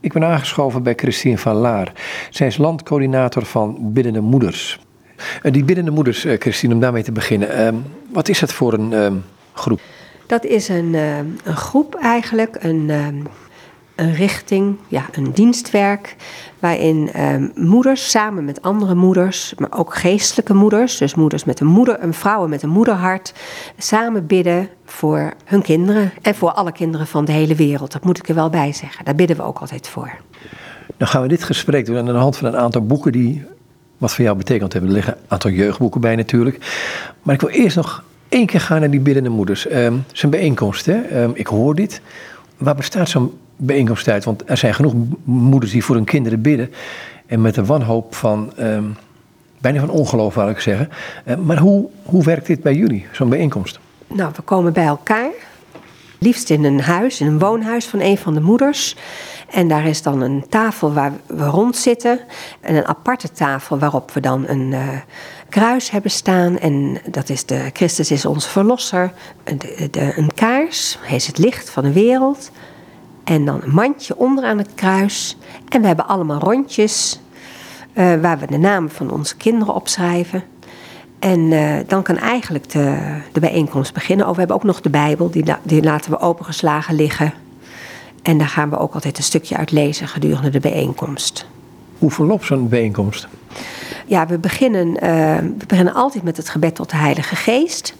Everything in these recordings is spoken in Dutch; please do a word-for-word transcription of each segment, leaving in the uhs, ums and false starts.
Ik ben aangeschoven bij Christine van Laar. Zij is landcoördinator van Biddende Moeders. Uh, die Biddende Moeders, uh, Christine, om daarmee te beginnen. Uh, wat is dat voor een uh, groep? Dat is een, uh, een groep eigenlijk, een, uh, een richting, ja, een dienstwerk... waarin uh, moeders samen met andere moeders, maar ook geestelijke moeders... dus moeders met een moeder, een vrouwen met een moederhart... samen bidden voor hun kinderen en voor alle kinderen van de hele wereld. Dat moet ik er wel bij zeggen. Daar bidden we ook altijd voor. Dan gaan we dit gesprek doen aan de hand van een aantal boeken die wat voor jou betekend hebben. Er liggen een aantal jeugdboeken bij natuurlijk. Maar ik wil eerst nog één keer gaan naar die biddende moeders. Um, het is een bijeenkomst, hè? Um, ik hoor dit. Waar bestaat zo'n bijeenkomst uit? Want er zijn genoeg moeders die voor hun kinderen bidden. En met de wanhoop van, um, bijna van ongeloof, wil ik zeggen. Uh, maar hoe, hoe werkt dit bij jullie, zo'n bijeenkomst? Nou, we komen bij elkaar. Liefst in een huis, in een woonhuis van een van de moeders. En daar is dan een tafel waar we rond zitten. En een aparte tafel waarop we dan een uh, kruis hebben staan. En dat is de Christus is onze verlosser. De, de, een kaars, hij is het licht van de wereld. En dan een mandje onderaan het kruis. En we hebben allemaal rondjes uh, waar we de namen van onze kinderen opschrijven. En uh, dan kan eigenlijk de, de bijeenkomst beginnen. Oh, we hebben ook nog de Bijbel, die, die laten we opengeslagen liggen. En daar gaan we ook altijd een stukje uit lezen gedurende de bijeenkomst. Hoe verloopt zo'n bijeenkomst? Ja, we beginnen, uh, we beginnen altijd met het gebed tot de Heilige Geest.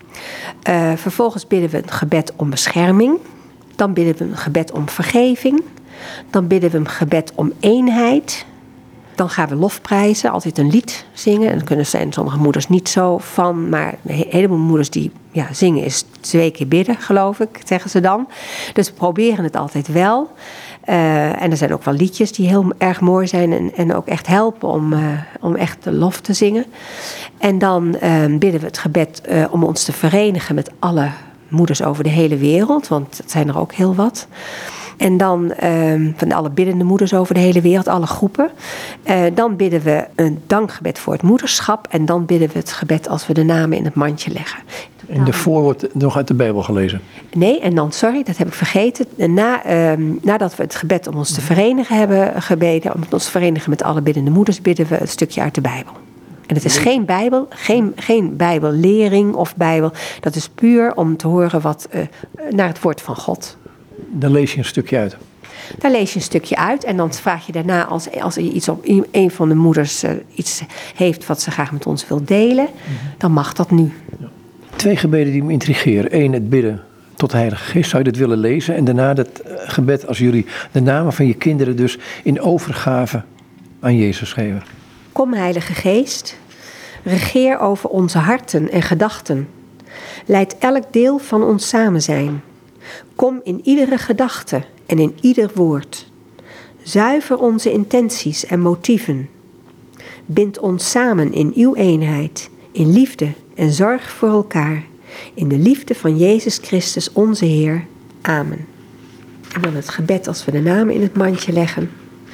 Uh, vervolgens bidden we een gebed om bescherming. Dan bidden we een gebed om vergeving. Dan bidden we een gebed om eenheid. Dan gaan we lofprijzen, altijd een lied zingen. En dan kunnen zijn sommige moeders niet zo van. Maar een heleboel moeders die ja, zingen is twee keer bidden, geloof ik, zeggen ze dan. Dus we proberen het altijd wel. Uh, en er zijn ook wel liedjes die heel erg mooi zijn. En, en ook echt helpen om, uh, om echt de lof te zingen. En dan uh, bidden we het gebed uh, om ons te verenigen met alle moeders over de hele wereld. Want dat zijn er ook heel wat. En dan uh, van alle biddende moeders over de hele wereld, alle groepen. Uh, dan bidden we een dankgebed voor het moederschap. En dan bidden we het gebed als we de namen in het mandje leggen. En daarvoor wordt nog uit de Bijbel gelezen? Nee, en dan, sorry, dat heb ik vergeten. Na, uh, nadat we het gebed om ons te verenigen hebben gebeden, om ons te verenigen met alle biddende moeders, bidden we een stukje uit de Bijbel. En het is geen Bijbel, geen, geen Bijbellering of Bijbel. Dat is puur om te horen wat uh, naar het woord van God. Dan lees je een stukje uit. Daar lees je een stukje uit en dan vraag je daarna als, als je iets op een van de moeders uh, iets heeft wat ze graag met ons wil delen, mm-hmm. dan mag dat nu. Ja. Twee gebeden die me intrigeren. Eén, het bidden tot de Heilige Geest. Zou je dat willen lezen? En daarna het uh, gebed als jullie de namen van je kinderen dus in overgave aan Jezus geven. Kom, Heilige Geest, regeer over onze harten en gedachten. Leid elk deel van ons samen zijn. Kom in iedere gedachte en in ieder woord. Zuiver onze intenties en motieven. Bind ons samen in uw eenheid, in liefde en zorg voor elkaar. In de liefde van Jezus Christus onze Heer. Amen. En dan het gebed als we de namen in het mandje leggen.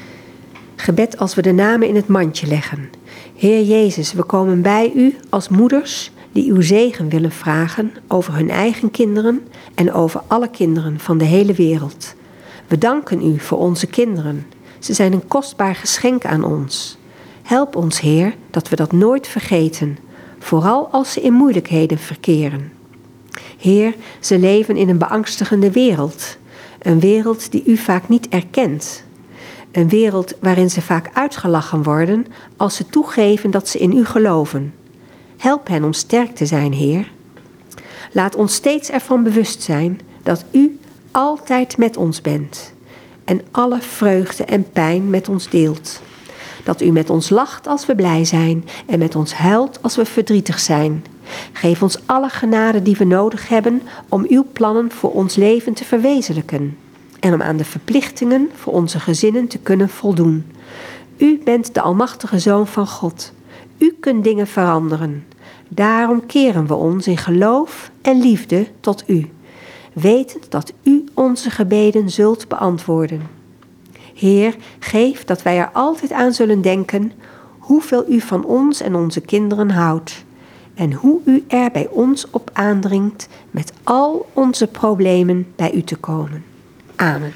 Gebed als we de namen in het mandje leggen. Heer Jezus, we komen bij u als moeders die uw zegen willen vragen over hun eigen kinderen en over alle kinderen van de hele wereld. We danken u voor onze kinderen. Ze zijn een kostbaar geschenk aan ons. Help ons, Heer, dat we dat nooit vergeten, vooral als ze in moeilijkheden verkeren. Heer, ze leven in een beangstigende wereld. Een wereld die u vaak niet erkent. Een wereld waarin ze vaak uitgelachen worden als ze toegeven dat ze in u geloven. Help hen om sterk te zijn, Heer. Laat ons steeds ervan bewust zijn dat u altijd met ons bent en alle vreugde en pijn met ons deelt. Dat u met ons lacht als we blij zijn en met ons huilt als we verdrietig zijn. Geef ons alle genade die we nodig hebben om uw plannen voor ons leven te verwezenlijken en om aan de verplichtingen voor onze gezinnen te kunnen voldoen. U bent de almachtige Zoon van God. U kunt dingen veranderen. Daarom keren we ons in geloof en liefde tot u, wetend dat u onze gebeden zult beantwoorden. Heer, geef dat wij er altijd aan zullen denken hoeveel u van ons en onze kinderen houdt en hoe u er bij ons op aandringt met al onze problemen bij u te komen. Amen.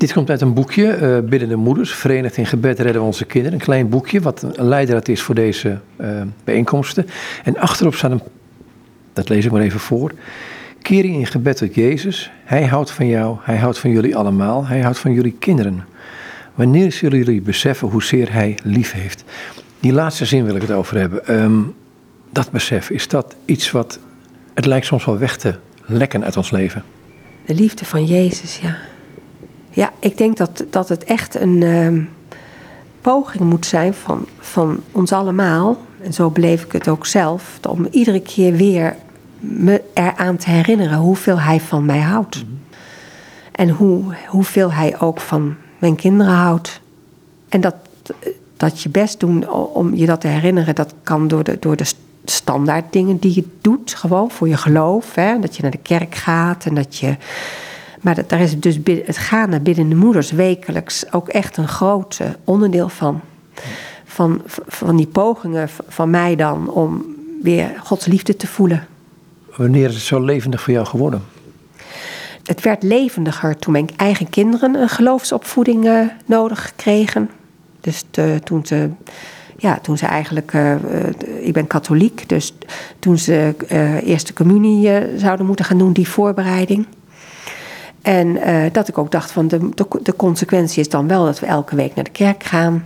Dit komt uit een boekje, uh, Biddende Moeders, Verenigd in Gebed redden we onze kinderen. Een klein boekje, wat een leidraad is voor deze uh, bijeenkomsten. En achterop staat een, dat lees ik maar even voor. Keer je in gebed tot Jezus. Hij houdt van jou, hij houdt van jullie allemaal, hij houdt van jullie kinderen. Wanneer zullen jullie beseffen hoezeer hij lief heeft? Die laatste zin wil ik het over hebben. Um, dat besef, is dat iets wat, het lijkt soms wel weg te lekken uit ons leven? De liefde van Jezus, ja. Ja, ik denk dat, dat het echt een um, poging moet zijn van, van ons allemaal. En zo beleef ik het ook zelf. Om iedere keer weer me eraan te herinneren hoeveel hij van mij houdt. Mm-hmm. En hoe, hoeveel hij ook van mijn kinderen houdt. En dat, dat je best doen om je dat te herinneren, dat kan door de, door de standaard dingen die je doet. Gewoon voor je geloof. Hè? Dat je naar de kerk gaat en dat je... Maar dat, daar is dus het gaan naar biddende moeders wekelijks ook echt een groot uh, onderdeel van. Van, van die pogingen van mij dan om weer Gods liefde te voelen. Wanneer is het zo levendig voor jou geworden? Het werd levendiger toen mijn eigen kinderen een geloofsopvoeding uh, nodig kregen. Dus te, toen, ze, ja, toen ze eigenlijk... Uh, uh, ik ben katholiek, dus toen ze uh, eerste communie uh, zouden moeten gaan doen, die voorbereiding... En uh, dat ik ook dacht van de, de, de consequentie is dan wel dat we elke week naar de kerk gaan.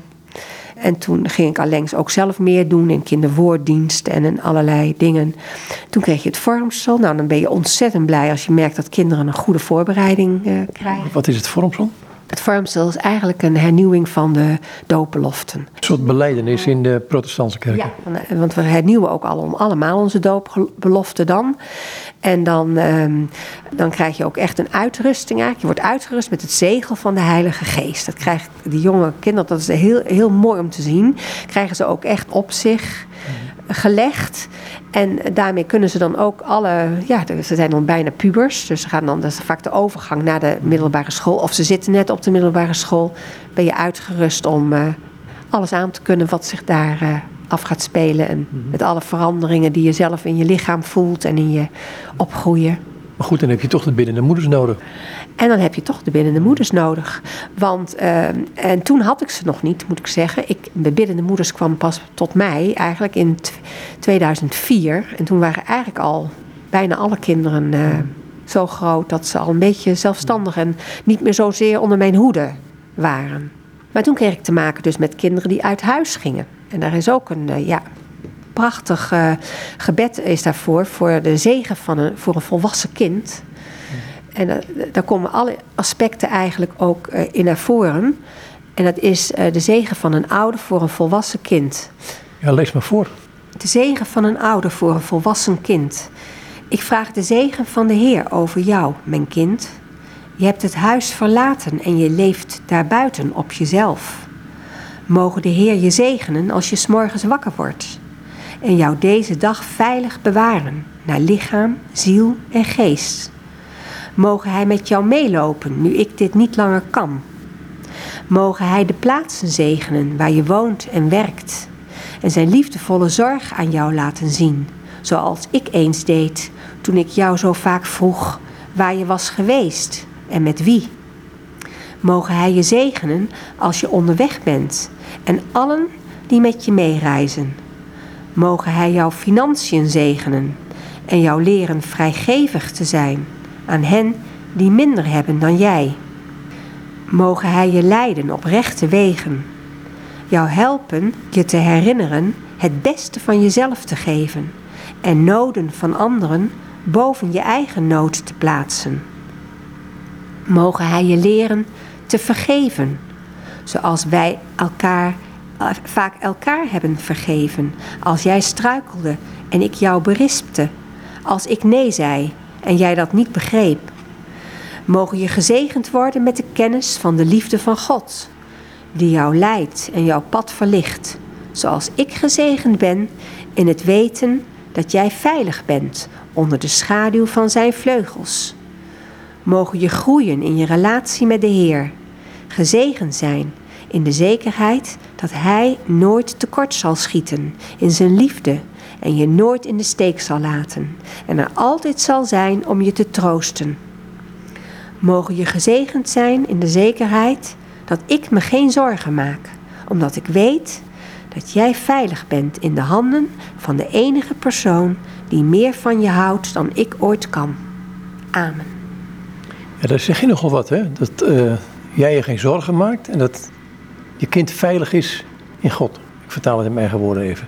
En toen ging ik allengs ook zelf meer doen in kinderwoorddienst en in allerlei dingen. Toen kreeg je het vormsel. Nou, dan ben je ontzettend blij als je merkt dat kinderen een goede voorbereiding uh, krijgen. Wat is het vormsel? Het vormsel is eigenlijk een hernieuwing van de doopbeloften. Een soort belijdenis in de protestantse kerken. Ja, want we hernieuwen ook allemaal onze doopbeloften dan. En dan, um, dan krijg je ook echt een uitrusting eigenlijk. Je wordt uitgerust met het zegel van de Heilige Geest. Dat krijgen die jonge kinderen, dat is heel, heel mooi om te zien. Krijgen ze ook echt op zich gelegd. En daarmee kunnen ze dan ook alle... Ja, ze zijn dan bijna pubers. Dus ze gaan dan, dat is vaak de overgang naar de middelbare school. Of ze zitten net op de middelbare school. Ben je uitgerust om uh, alles aan te kunnen wat zich daar uh, af gaat spelen. En mm-hmm. met alle veranderingen die je zelf in je lichaam voelt en in je opgroeien. Maar goed, dan heb je toch de biddende moeders nodig. En dan heb je toch de biddende moeders nodig. Want, uh, en toen had ik ze nog niet, moet ik zeggen. Ik, de biddende moeders kwam pas tot mij eigenlijk in tweeduizend vier. En toen waren eigenlijk al bijna alle kinderen uh, zo groot... dat ze al een beetje zelfstandig en niet meer zozeer onder mijn hoede waren. Maar toen kreeg ik te maken dus met kinderen die uit huis gingen. En daar is ook een... Uh, ja, prachtig uh, gebed is daarvoor, voor de zegen van een, voor een volwassen kind. En uh, daar komen alle aspecten eigenlijk ook uh, in naar voren. En dat is uh, de zegen van een ouder voor een volwassen kind. Ja, lees maar voor. De zegen van een ouder voor een volwassen kind. Ik vraag de zegen van de Heer over jou, mijn kind. Je hebt het huis verlaten en je leeft daarbuiten op jezelf. Mogen de Heer je zegenen als je 's morgens wakker wordt. En jou deze dag veilig bewaren, naar lichaam, ziel en geest. Mogen hij met jou meelopen, nu ik dit niet langer kan. Mogen hij de plaatsen zegenen waar je woont en werkt. En zijn liefdevolle zorg aan jou laten zien, zoals ik eens deed, toen ik jou zo vaak vroeg waar je was geweest en met wie. Mogen hij je zegenen als je onderweg bent en allen die met je meereizen. Mogen hij jouw financiën zegenen en jou leren vrijgevig te zijn aan hen die minder hebben dan jij. Mogen hij je leiden op rechte wegen, jou helpen je te herinneren het beste van jezelf te geven en noden van anderen boven je eigen nood te plaatsen. Mogen hij je leren te vergeven, zoals wij elkaar vaak elkaar hebben vergeven, als jij struikelde en ik jou berispte, als ik nee zei en jij dat niet begreep. Mogen je gezegend worden met de kennis van de liefde van God, die jou leidt en jouw pad verlicht, zoals ik gezegend ben in het weten dat jij veilig bent onder de schaduw van zijn vleugels. Mogen je groeien in je relatie met de Heer, gezegend zijn in de zekerheid dat hij nooit tekort zal schieten in zijn liefde en je nooit in de steek zal laten en er altijd zal zijn om je te troosten. Mogen je gezegend zijn in de zekerheid dat ik me geen zorgen maak, omdat ik weet dat jij veilig bent in de handen van de enige persoon die meer van je houdt dan ik ooit kan. Amen. Ja, daar zeg je nogal wat, hè? Dat uh, jij je geen zorgen maakt en dat je kind veilig is in God. Ik vertaal het in mijn eigen woorden even.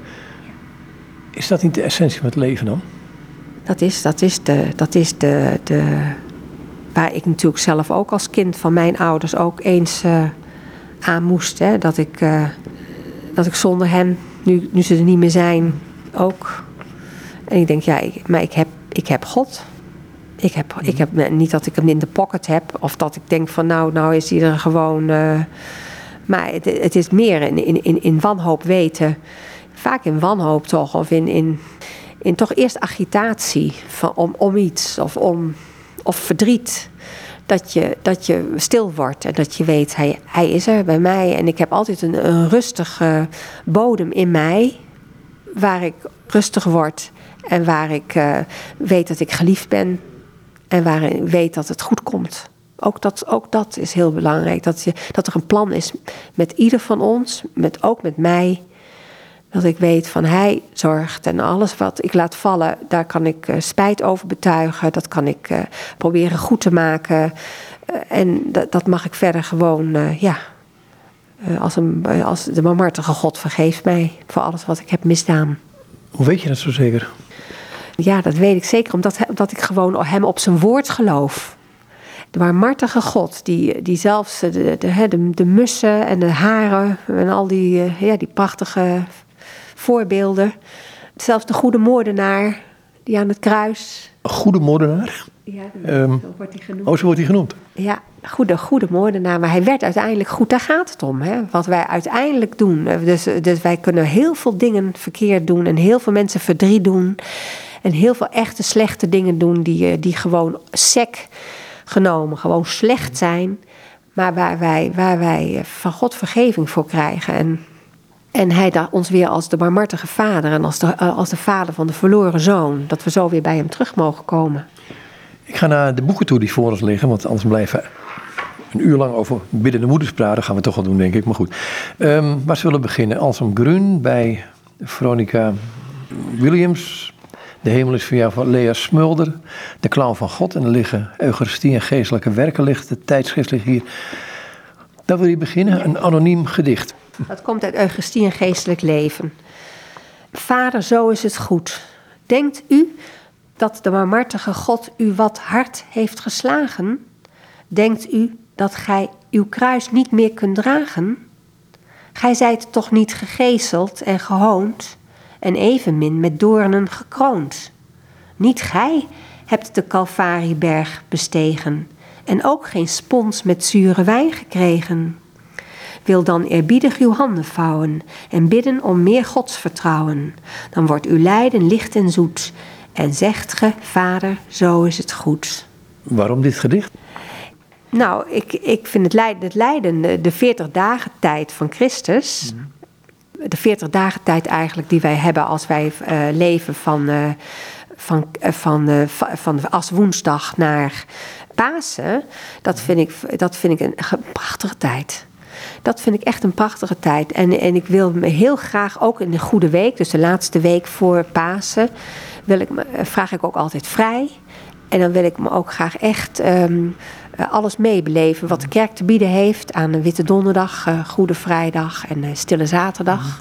Is dat niet de essentie van het leven dan? Dat is, dat is, de, dat is de, de, waar ik natuurlijk zelf ook als kind van mijn ouders ook eens uh, aan moest. Hè? Dat, ik, uh, dat ik zonder hen, nu, nu ze er niet meer zijn, ook. En ik denk, ja, ik, maar ik heb, ik heb God. Ik heb, ik heb niet dat ik hem in de pocket heb. Of dat ik denk van nou, nou is hij er gewoon. Uh, maar het, het is meer in, in, in, in wanhoop weten. Vaak in wanhoop toch. Of in, in, in toch eerst agitatie van, om, om iets. Of, om, of verdriet. Dat je, dat je stil wordt. En dat je weet, hij, hij is er bij mij. En ik heb altijd een, een rustige bodem in mij. Waar ik rustig word. En waar ik uh, weet dat ik geliefd ben. En waar ik weet dat het goed komt. Ook dat, ook dat is heel belangrijk. Dat, je, dat er een plan is met ieder van ons. Met, ook met mij. Dat ik weet van hij zorgt. En alles wat ik laat vallen, daar kan ik uh, spijt over betuigen. Dat kan ik uh, proberen goed te maken. Uh, en dat, dat mag ik verder gewoon, uh, ja. Uh, als, een, uh, als de barmhartige God vergeeft mij voor alles wat ik heb misdaan. Hoe weet je dat zo zeker? Ja, dat weet ik zeker, omdat, omdat ik gewoon hem op zijn woord geloof. De barmhartige God, die, die zelfs de, de, de, de mussen en de haren en al die, ja, die prachtige voorbeelden. Zelfs de goede moordenaar, die aan het kruis. Een goede moordenaar? Ja, um, zo wordt hij genoemd. Oh, zo wordt hij genoemd. Ja, goede, goede moordenaar, maar hij werd uiteindelijk goed. Daar gaat het om, hè? Wat wij uiteindelijk doen. Dus, dus wij kunnen heel veel dingen verkeerd doen en heel veel mensen verdriet doen. En heel veel echte slechte dingen doen die, die gewoon sec genomen, gewoon slecht zijn. Maar waar wij, waar wij van God vergeving voor krijgen. En, en hij daar ons weer als de barmhartige vader en als de, als de vader van de verloren zoon. Dat we zo weer bij hem terug mogen komen. Ik ga naar de boeken toe die voor ons liggen, want anders blijven we een uur lang over biddende moeders praten. Dat gaan we toch wel doen, denk ik. Maar goed, um, waar zullen we beginnen? Anselm Grün bij Veronica Williams. De hemel is voor jou van Lea Smulder. De clown van God. En er liggen Eucharistie en geestelijke werken. Ligt, de tijdschrift ligt hier. Daar wil je beginnen. Een anoniem gedicht. Dat komt uit Eucharistie en geestelijk leven. Vader, zo is het goed. Denkt u dat de barmhartige God u wat hard heeft geslagen? Denkt u dat gij uw kruis niet meer kunt dragen? Gij zijt toch niet gegezeld en gehoond en evenmin met doornen gekroond. Niet gij hebt de Calvarieberg bestegen en ook geen spons met zure wijn gekregen. Wil dan eerbiedig uw handen vouwen en bidden om meer godsvertrouwen. Dan wordt uw lijden licht en zoet en zegt ge, Vader, zo is het goed. Waarom dit gedicht? Nou, ik, ik vind het lijden, het lijden, de veertig dagen tijd van Christus, mm. de veertig dagen tijd eigenlijk die wij hebben als wij uh, leven van, uh, van, uh, van, uh, van de aswoensdag naar Pasen, dat vind ik, dat vind ik een prachtige tijd. Dat vind ik echt een prachtige tijd. En, en ik wil me heel graag ook in de Goede Week, dus de laatste week voor Pasen, wil ik me, vraag ik ook altijd vrij. En dan wil ik me ook graag echt um, alles meebeleven wat de kerk te bieden heeft aan een Witte Donderdag, uh, Goede Vrijdag en uh, Stille Zaterdag.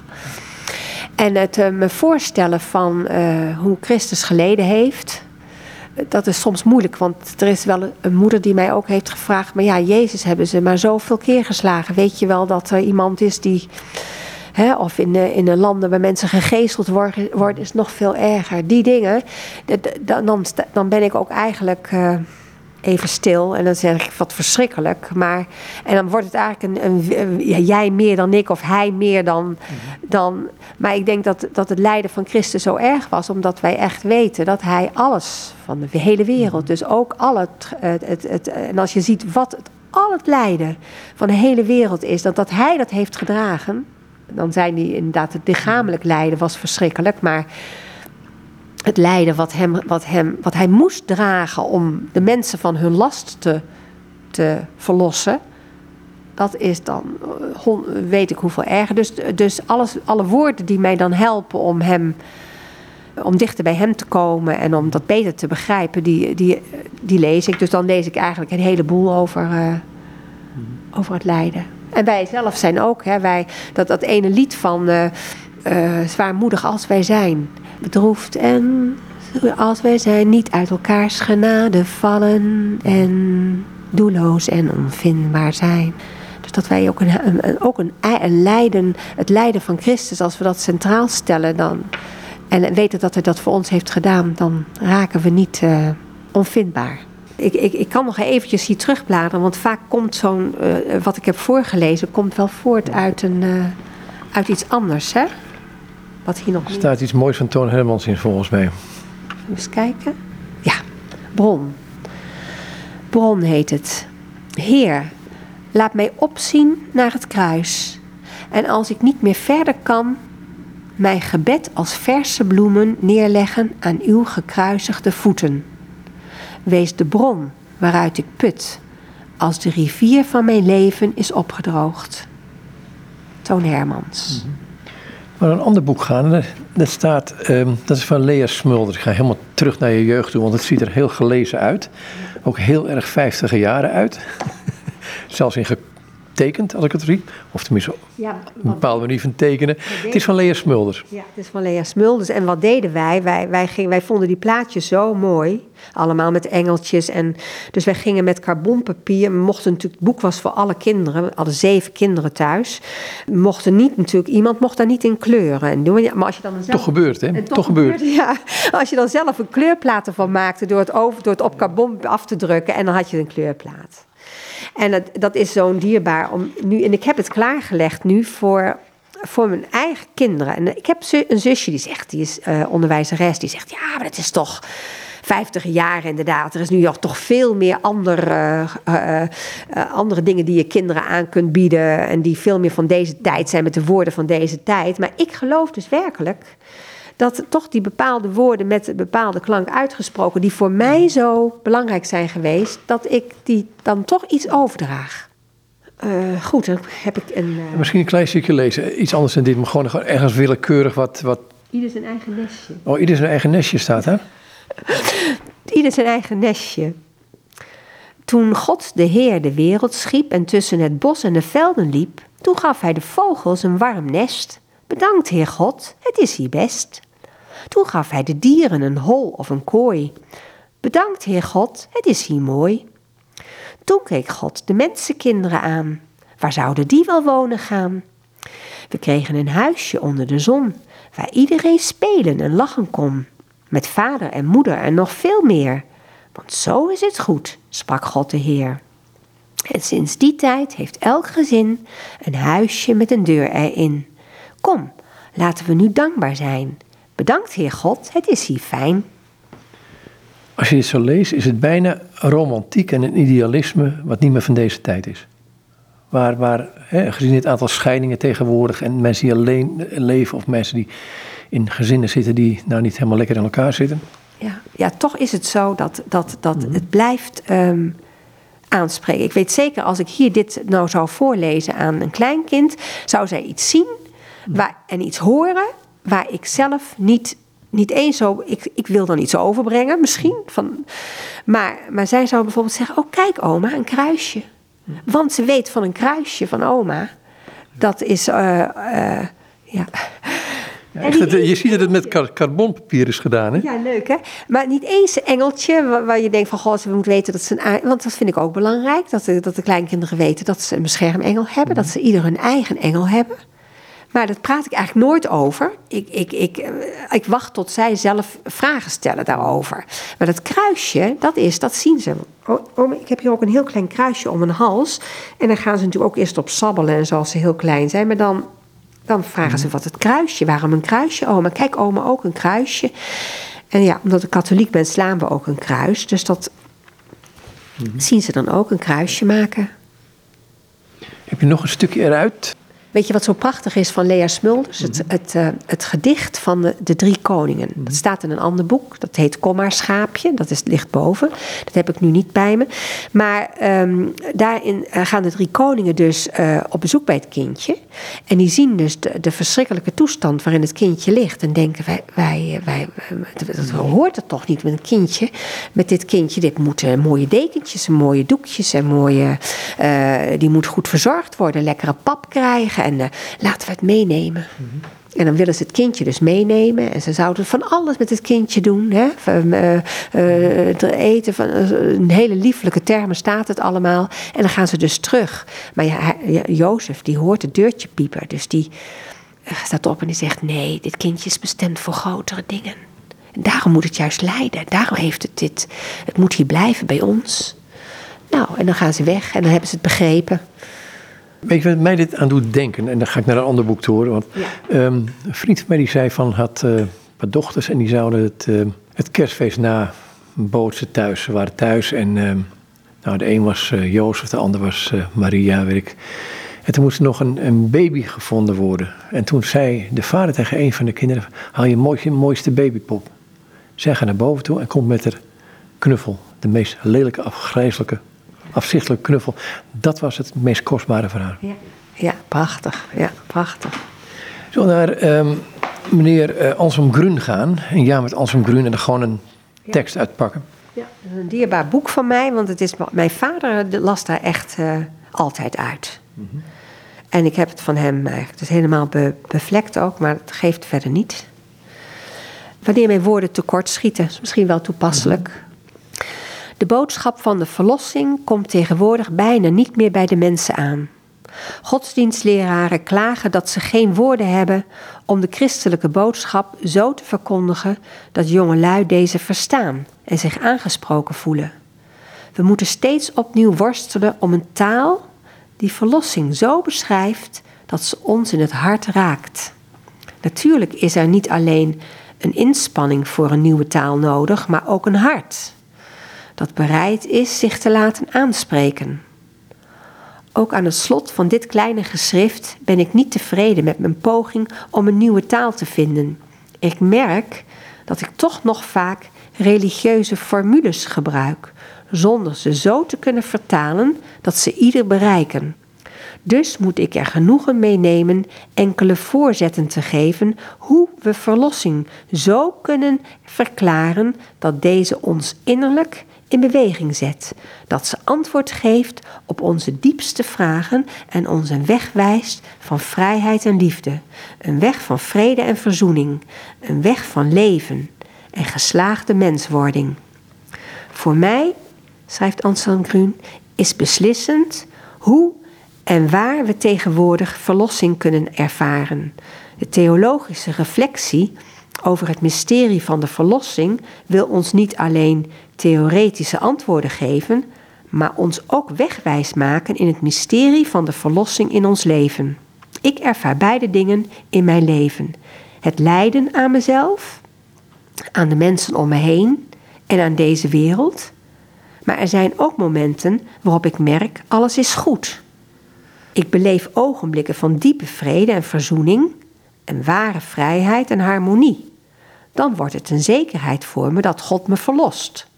En het uh, me voorstellen van uh, hoe Christus geleden heeft, dat is soms moeilijk, want er is wel een moeder die mij ook heeft gevraagd, maar ja, Jezus hebben ze maar zoveel keer geslagen. Weet je wel dat er iemand is die, hè, of in de, in de landen waar mensen gegezeld worden, worden is het nog veel erger. Die dingen, dan, dan ben ik ook eigenlijk uh, even stil en dan zeg ik wat verschrikkelijk. Maar, en dan wordt het eigenlijk een, een, een ja, jij meer dan ik of hij meer dan, mm-hmm. dan. Maar ik denk dat, dat het lijden van Christus zo erg was, omdat wij echt weten dat hij alles van de hele wereld, dus ook al het, het, het, het en als je ziet wat het, al het lijden van de hele wereld is, dat, dat hij dat heeft gedragen, dan zijn die inderdaad, het lichamelijk lijden was verschrikkelijk, maar het lijden wat, hem, wat, hem, wat hij moest dragen om de mensen van hun last te te verlossen. Dat is dan, uh, weet ik hoeveel erger. Dus, dus alles, alle woorden die mij dan helpen om hem, om dichter bij hem te komen en om dat beter te begrijpen, die, die, die lees ik. Dus dan lees ik eigenlijk een heleboel over, uh, over het lijden. En wij zelf zijn ook, hè, wij, dat, dat ene lied van uh, uh, zwaarmoedig als wij zijn, bedroefd en als wij zijn, niet uit elkaars genade vallen en doelloos en onvindbaar zijn. Dus dat wij ook, een, een, ook een, een lijden, het lijden van Christus, als we dat centraal stellen dan, en weten dat hij dat voor ons heeft gedaan, dan raken we niet uh, onvindbaar. Ik, ik, ik kan nog eventjes hier terugbladeren, want vaak komt zo'n, uh, wat ik heb voorgelezen, komt wel voort uit, een, uh, uit iets anders, hè? Wat hier nog Er staat iets moois van Toon Hermans in, volgens mij. Eens kijken. Ja, bron. Bron heet het. Heer, laat mij opzien naar het kruis. En als ik niet meer verder kan, mijn gebed als verse bloemen neerleggen aan uw gekruisigde voeten. Wees de bron waaruit ik put, als de rivier van mijn leven is opgedroogd. Toon Hermans. Mm-hmm. Maar een ander boek gaan, dat, dat staat, um, dat is van Lea Smulder. Ik ga helemaal terug naar je jeugd toe, want het ziet er heel gelezen uit. Ook heel erg vijftiger jaren uit. Zelfs in getekend, als ik het riep. Of tenminste ja, op een bepaalde manier van tekenen. Het is van Lea Smulder. Ja, het is van Lea Smulder. En wat deden wij? Wij, wij, gingen, wij vonden die plaatjes zo mooi. Allemaal met engeltjes. En dus wij gingen met carbonpapier. We mochten natuurlijk, het boek was voor alle kinderen. We hadden zeven kinderen thuis. We mochten niet natuurlijk, iemand mocht daar niet in kleuren. En doen. Maar als je dan zelf, toch gebeurt, hè? Toch, toch gebeurt. gebeurt. Ja, als je dan zelf een kleurplaat ervan maakte door het, over, door het op carbon af te drukken. En dan had je een kleurplaat. En dat, dat is zo'n dierbaar om nu. En ik heb het klaargelegd nu voor, voor mijn eigen kinderen. En ik heb een zusje die zegt, die is uh, onderwijzeres, die zegt, ja, maar het is toch vijftig jaar inderdaad. Er is nu toch veel meer andere, uh, uh, uh, andere dingen die je kinderen aan kunt bieden. En die veel meer van deze tijd zijn met de woorden van deze tijd. Maar ik geloof dus werkelijk dat toch die bepaalde woorden met een bepaalde klank uitgesproken, die voor mij zo belangrijk zijn geweest, dat ik die dan toch iets overdraag. Uh, goed, dan heb ik een... Uh... Misschien een klein stukje lezen. Iets anders dan dit, maar gewoon ergens willekeurig wat... wat... Ieder zijn eigen nestje. Oh, ieder zijn eigen nestje staat, hè? Ieder zijn eigen nestje. Toen God de Heer de wereld schiep en tussen het bos en de velden liep, toen gaf hij de vogels een warm nest. Bedankt, Heer God, het is hier best. Toen gaf hij de dieren een hol of een kooi. Bedankt, Heer God, het is hier mooi. Toen keek God de mensenkinderen aan. Waar zouden die wel wonen gaan? We kregen een huisje onder de zon, waar iedereen spelen en lachen kon. Met vader en moeder en nog veel meer. Want zo is het goed, sprak God de Heer. En sinds die tijd heeft elk gezin een huisje met een deur erin. Kom, laten we nu dankbaar zijn. Bedankt, Heer God, het is hier fijn. Als je dit zo leest, is het bijna romantiek en een idealisme wat niet meer van deze tijd is. Waar, waar hè, gezien het aantal scheidingen tegenwoordig en mensen die alleen leven of mensen die in gezinnen zitten die nou niet helemaal lekker in elkaar zitten. Ja, ja toch is het zo dat, dat, dat mm-hmm. het blijft um, aanspreken. Ik weet zeker, als ik hier dit nou zou voorlezen aan een kleinkind, zou zij iets zien waar, en iets horen waar ik zelf niet, niet eens zo... Ik, ik wil dan iets overbrengen, misschien. Van, maar, maar zij zou bijvoorbeeld zeggen, oh kijk oma, een kruisje. Want ze weet van een kruisje van oma. Dat is, uh, uh, ja... Ja, echt, het, je ziet dat het met car- carbonpapier is gedaan, hè? Ja, leuk, hè? Maar niet eens een engeltje waar, waar je denkt van, goh, we moeten weten dat ze een... Want dat vind ik ook belangrijk, dat de, dat de kleinkinderen weten dat ze een beschermengel hebben, dat ze ieder hun eigen engel hebben. Maar dat praat ik eigenlijk nooit over. Ik, ik, ik, ik wacht tot zij zelf vragen stellen daarover. Maar dat kruisje, dat is, dat zien ze. Oh, oh, ik heb hier ook een heel klein kruisje om mijn hals. En dan gaan ze natuurlijk ook eerst op sabbelen en zo als ze heel klein zijn. Maar dan, dan vragen ze wat het kruisje, waarom een kruisje? Oma, kijk oma, ook een kruisje. En ja, omdat ik katholiek ben, slaan we ook een kruis. Dus dat mm-hmm. zien ze dan ook, een kruisje maken. Heb je nog een stukje eruit? Weet je wat zo prachtig is van Lea Smulders? Het, het, uh, het gedicht van de, de drie koningen. Dat staat in een ander boek. Dat heet Kom maar schaapje. Dat is, ligt boven. Dat heb ik nu niet bij me. Maar um, daarin uh, gaan de drie koningen dus uh, op bezoek bij het kindje. En die zien dus de, de verschrikkelijke toestand waarin het kindje ligt. En denken wij, wij, wij, wij dat hoort het toch niet met een kindje. Met dit kindje, dit moeten mooie dekentjes en mooie doekjes en mooie... Uh, die moet goed verzorgd worden. Lekkere pap krijgen. En uh, laten we het meenemen. Mm-hmm. En dan willen ze het kindje dus meenemen. En ze zouden van alles met het kindje doen. Hè? Van, uh, uh, eten, van, uh, een hele lieflijke termen staat het allemaal. En dan gaan ze dus terug. Maar ja, ja, Jozef die hoort het deurtje piepen. Dus die uh, staat op en die zegt... nee, dit kindje is bestemd voor grotere dingen. En daarom moet het juist lijden. Daarom heeft het dit. Het moet hier blijven bij ons. Nou, en dan gaan ze weg en dan hebben ze het begrepen. Weet je wat mij dit aan doet denken? En dan ga ik naar een ander boek toe horen. Want ja. um, een vriend van mij die zei van, had uh, wat dochters en die zouden het, uh, het kerstfeest na bootsen thuis. Ze waren thuis en uh, nou, de een was uh, Jozef, de ander was uh, Maria, weet ik. En toen moest er nog een, een baby gevonden worden. En toen zei de vader tegen een van de kinderen, haal je mooiste, mooiste babypop. Zij gaat naar boven toe en komt met haar knuffel. De meest lelijke, afgrijzelijke, afzichtelijke knuffel. Dat was het meest kostbare voor haar. Ja, ja prachtig. Ja, prachtig. Zullen we naar um, meneer uh, Anselm Grün gaan? Een jaar met Anselm Grün en er gewoon een ja. tekst uitpakken. Ja, dat is een dierbaar boek van mij. Want het is, mijn vader las daar echt uh, altijd uit. Mm-hmm. En ik heb het van hem eigenlijk. Het is helemaal be, bevlekt ook, maar het geeft verder niet. Wanneer mijn woorden tekort schieten. Is misschien wel toepasselijk. Mm-hmm. De boodschap van de verlossing komt tegenwoordig bijna niet meer bij de mensen aan. Godsdienstleraren klagen dat ze geen woorden hebben om de christelijke boodschap zo te verkondigen dat jongelui deze verstaan en zich aangesproken voelen. We moeten steeds opnieuw worstelen om een taal die verlossing zo beschrijft dat ze ons in het hart raakt. Natuurlijk is er niet alleen een inspanning voor een nieuwe taal nodig, maar ook een hart dat bereid is zich te laten aanspreken. Ook aan het slot van dit kleine geschrift ben ik niet tevreden met mijn poging om een nieuwe taal te vinden. Ik merk dat ik toch nog vaak religieuze formules gebruik, zonder ze zo te kunnen vertalen dat ze ieder bereiken. Dus moet ik er genoegen mee nemen enkele voorzetten te geven hoe we verlossing zo kunnen verklaren dat deze ons innerlijk in beweging zet, dat ze antwoord geeft op onze diepste vragen en ons een weg wijst van vrijheid en liefde, een weg van vrede en verzoening, een weg van leven en geslaagde menswording. Voor mij, schrijft Anselm Grün, is beslissend hoe en waar we tegenwoordig verlossing kunnen ervaren. De theologische reflectie over het mysterie van de verlossing wil ons niet alleen theoretische antwoorden geven, maar ons ook wegwijs maken in het mysterie van de verlossing in ons leven. Ik ervaar beide dingen in mijn leven. Het lijden aan mezelf, aan de mensen om me heen en aan deze wereld. Maar er zijn ook momenten waarop ik merk, alles is goed. Ik beleef ogenblikken van diepe vrede en verzoening en ware vrijheid en harmonie. Dan wordt het een zekerheid voor me dat God me verlost.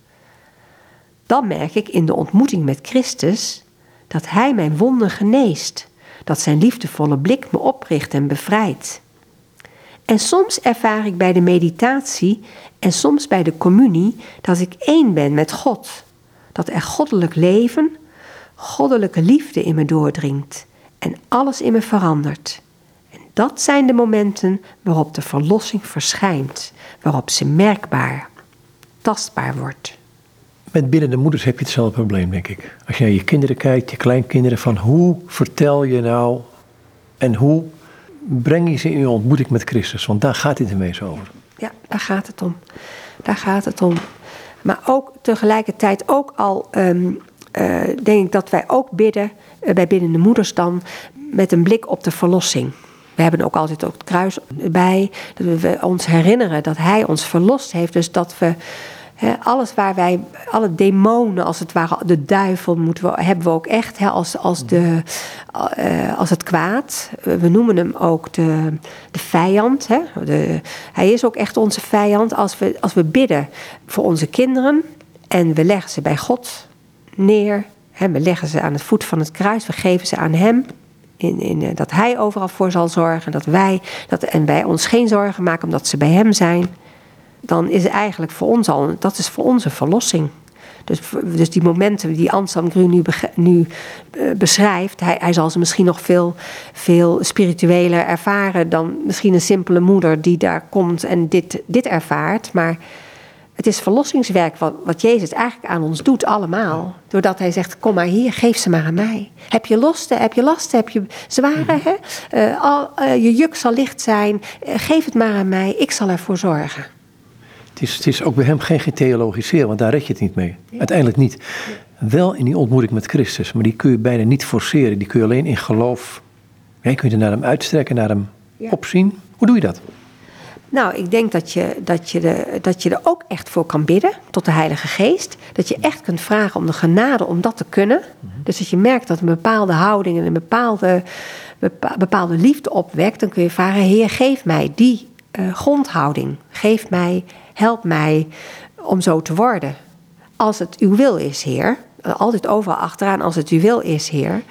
Dan merk ik in de ontmoeting met Christus dat Hij mijn wonden geneest, dat zijn liefdevolle blik me opricht en bevrijdt. En soms ervaar ik bij de meditatie en soms bij de communie dat ik één ben met God, dat er goddelijk leven, goddelijke liefde in me doordringt en alles in me verandert. En dat zijn de momenten waarop de verlossing verschijnt, waarop ze merkbaar, tastbaar wordt. Met biddende moeders heb je hetzelfde probleem, denk ik. Als je naar je kinderen kijkt, je kleinkinderen, van hoe vertel je nou en hoe breng je ze in je ontmoeting met Christus? Want daar gaat dit ineens over. Ja, daar gaat het om. Daar gaat het om. Maar ook tegelijkertijd ook al um, uh, denk ik dat wij ook bidden, uh, bij biddende moeders dan, met een blik op de verlossing. We hebben ook altijd ook het kruis bij, dat we ons herinneren dat Hij ons verlost heeft. Dus dat we He, alles waar wij, alle demonen als het ware, de duivel moeten we, hebben we ook echt he, als, als, de, uh, als het kwaad. We noemen hem ook de, de vijand. He. De, hij is ook echt onze vijand. Als we, als we bidden voor onze kinderen en we leggen ze bij God neer. He, we leggen ze aan het voet van het kruis. We geven ze aan hem. In, in, dat hij overal voor zal zorgen. Dat wij, dat, en wij ons geen zorgen maken omdat ze bij hem zijn. Dan is het eigenlijk voor ons al, dat is voor onze verlossing. Dus, dus die momenten die Anselm Grün nu, nu uh, beschrijft, hij, hij zal ze misschien nog veel, veel spiritueler ervaren dan misschien een simpele moeder die daar komt en dit, dit ervaart. Maar het is verlossingswerk wat, wat Jezus eigenlijk aan ons doet allemaal. Doordat hij zegt, kom maar hier, geef ze maar aan mij. Heb je losten, heb je lasten, heb je zware, hè? Uh, al, uh, je juk zal licht zijn, uh, geef het maar aan mij, ik zal ervoor zorgen. Het is, het is ook bij hem geen getheologiseren, want daar red je het niet mee. Ja. Uiteindelijk niet. Ja. Wel in die ontmoeting met Christus, maar die kun je bijna niet forceren. Die kun je alleen in geloof. Ja, je kunt je naar hem uitstrekken, naar hem ja. opzien. Hoe doe je dat? Nou, ik denk dat je, dat, je de, dat je er ook echt voor kan bidden, tot de Heilige Geest. Dat je echt kunt vragen om de genade om dat te kunnen. Mm-hmm. Dus als je merkt dat een bepaalde houding en een bepaalde, bepaalde liefde opwekt, dan kun je vragen, Heer, geef mij die uh, grondhouding. Geef mij, help mij om zo te worden. Als het uw wil is, Heer. Altijd overal achteraan, als het uw wil is, Heer.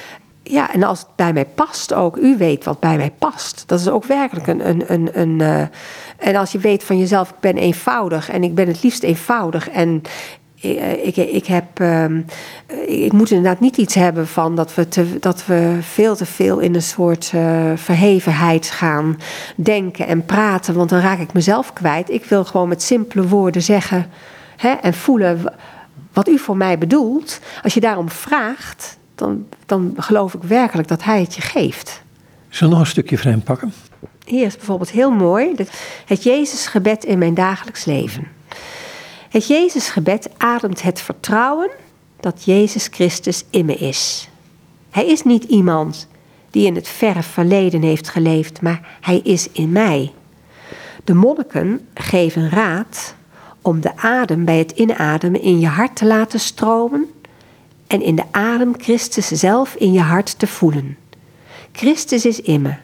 Ja, en als het bij mij past ook. U weet wat bij mij past. Dat is ook werkelijk een... een, een, een uh, en als je weet van jezelf, ik ben eenvoudig. En ik ben het liefst eenvoudig. En ik, ik, ik heb... Um, ik moet inderdaad niet iets hebben van dat we, te, dat we veel te veel in een soort uh, verhevenheid gaan denken en praten. Want dan raak ik mezelf kwijt. Ik wil gewoon met simpele woorden zeggen, hè, en voelen wat u voor mij bedoelt. Als je daarom vraagt, Dan, dan geloof ik werkelijk dat hij het je geeft. Zullen we nog een stukje van hem pakken? Hier is bijvoorbeeld heel mooi. Het Jezusgebed in mijn dagelijks leven. Het Jezusgebed ademt het vertrouwen dat Jezus Christus in me is. Hij is niet iemand die in het verre verleden heeft geleefd, maar hij is in mij. De monniken geven raad om de adem bij het inademen in je hart te laten stromen en in de adem Christus zelf in je hart te voelen. Christus is in me.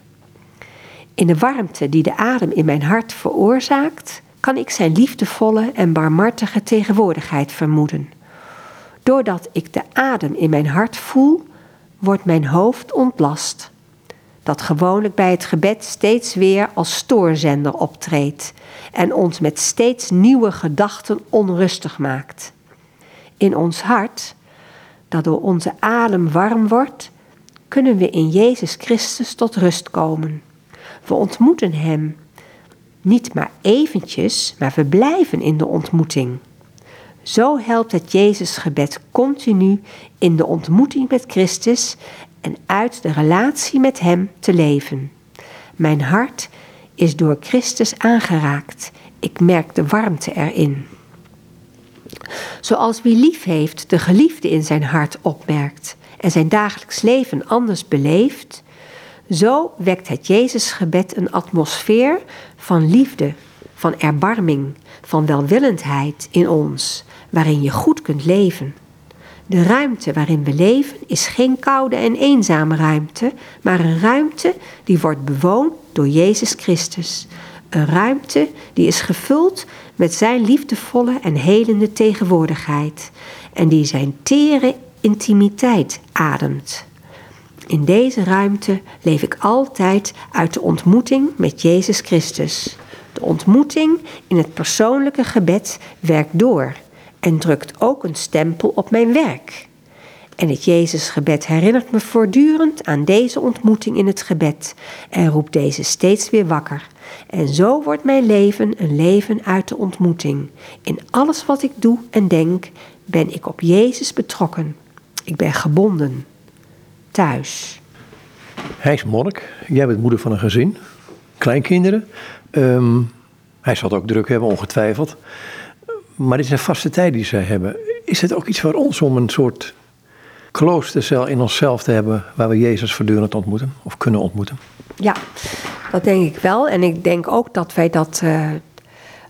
In de warmte die de adem in mijn hart veroorzaakt, kan ik zijn liefdevolle en barmhartige tegenwoordigheid vermoeden. Doordat ik de adem in mijn hart voel, wordt mijn hoofd ontlast. Dat gewoonlijk bij het gebed steeds weer als stoorzender optreedt en ons met steeds nieuwe gedachten onrustig maakt. In ons hart, dat door onze adem warm wordt, kunnen we in Jezus Christus tot rust komen. We ontmoeten hem niet maar eventjes, maar we blijven in de ontmoeting. Zo helpt het Jezusgebed continu in de ontmoeting met Christus en uit de relatie met hem te leven. Mijn hart is door Christus aangeraakt. Ik merk de warmte erin. Zoals wie lief heeft de geliefde in zijn hart opmerkt en zijn dagelijks leven anders beleeft, zo wekt het Jezusgebed een atmosfeer van liefde, van erbarming, van welwillendheid in ons, waarin je goed kunt leven. De ruimte waarin we leven is geen koude en eenzame ruimte, maar een ruimte die wordt bewoond door Jezus Christus. Een ruimte die is gevuld met zijn liefdevolle en helende tegenwoordigheid en die zijn tere intimiteit ademt. In deze ruimte leef ik altijd uit de ontmoeting met Jezus Christus. De ontmoeting in het persoonlijke gebed werkt door en drukt ook een stempel op mijn werk. En het Jezusgebed herinnert me voortdurend aan deze ontmoeting in het gebed en roept deze steeds weer wakker. En zo wordt mijn leven een leven uit de ontmoeting. In alles wat ik doe en denk, ben ik op Jezus betrokken. Ik ben gebonden. Thuis. Hij is monnik. Jij bent moeder van een gezin. Kleinkinderen. Um, hij zal het ook druk hebben, ongetwijfeld. Maar dit is een vaste tijd die zij hebben. Is het ook iets voor ons om een soort kloostercel in onszelf te hebben waar we Jezus voortdurend ontmoeten of kunnen ontmoeten? Ja, dat denk ik wel. En ik denk ook dat wij dat uh,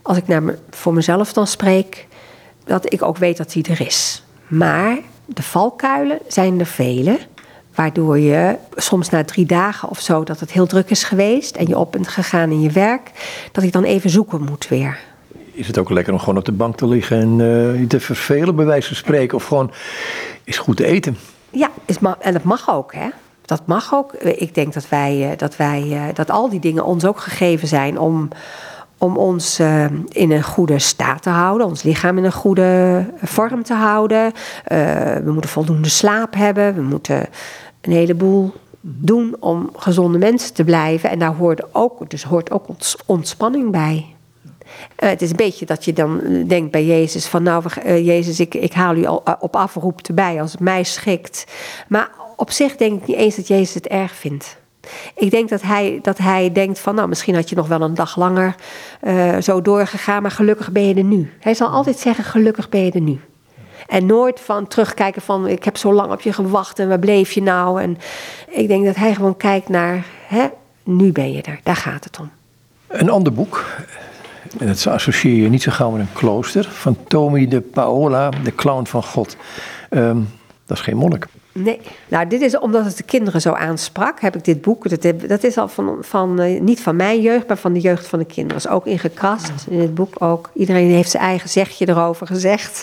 als ik naar me, voor mezelf dan spreek, dat ik ook weet dat die er is. Maar de valkuilen zijn er vele, waardoor je soms na drie dagen of zo dat het heel druk is geweest en je op bent gegaan in je werk, dat ik dan even zoeken moet weer. Is het ook lekker om gewoon op de bank te liggen en uh, je te vervelen, bij wijze van spreken, of gewoon is goed te eten? Ja, is ma- en dat mag ook, hè? Dat mag ook. Ik denk dat wij, dat wij, dat al die dingen ons ook gegeven zijn om, om ons uh, in een goede staat te houden, ons lichaam in een goede vorm te houden. Uh, we moeten voldoende slaap hebben, we moeten een heleboel doen om gezonde mensen te blijven. En daar hoort ook, dus hoort ook ontspanning bij. Uh, het is een beetje dat je dan denkt bij Jezus van nou, uh, Jezus, ik, ik haal u al op afroep erbij als het mij schikt. Maar op zich denk ik niet eens dat Jezus het erg vindt. Ik denk dat hij, dat hij denkt van nou, misschien had je nog wel een dag langer uh, zo doorgegaan, maar gelukkig ben je er nu. Hij zal altijd zeggen, gelukkig ben je er nu. En nooit van terugkijken van ik heb zo lang op je gewacht en waar bleef je nou? En ik denk dat hij gewoon kijkt naar, hè, nu ben je er, daar gaat het om. Een ander boek, en dat associeer je niet zo gauw met een klooster, van Tommy de Paola, de clown van God. Um, dat is geen monnik. Nee, nou dit is omdat het de kinderen zo aansprak, heb ik dit boek, dat, heb, dat is al van, van uh, niet van mijn jeugd, maar van de jeugd van de kinderen. Dat is ook ingekrast in het boek ook. Iedereen heeft zijn eigen zegje erover gezegd.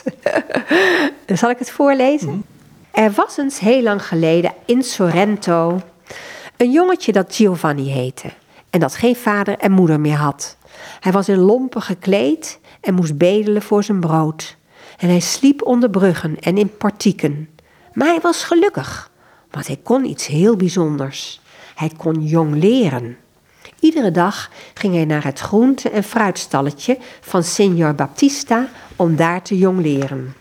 Zal ik het voorlezen? Mm-hmm. Er was eens heel lang geleden in Sorrento een jongetje dat Giovanni heette en dat geen vader en moeder meer had. Hij was in lompen gekleed en moest bedelen voor zijn brood. En hij sliep onder bruggen en in portieken. Maar hij was gelukkig, want hij kon iets heel bijzonders. Hij kon jongleren. Iedere dag ging hij naar het groente- en fruitstalletje van Signor Baptista om daar te jongleren.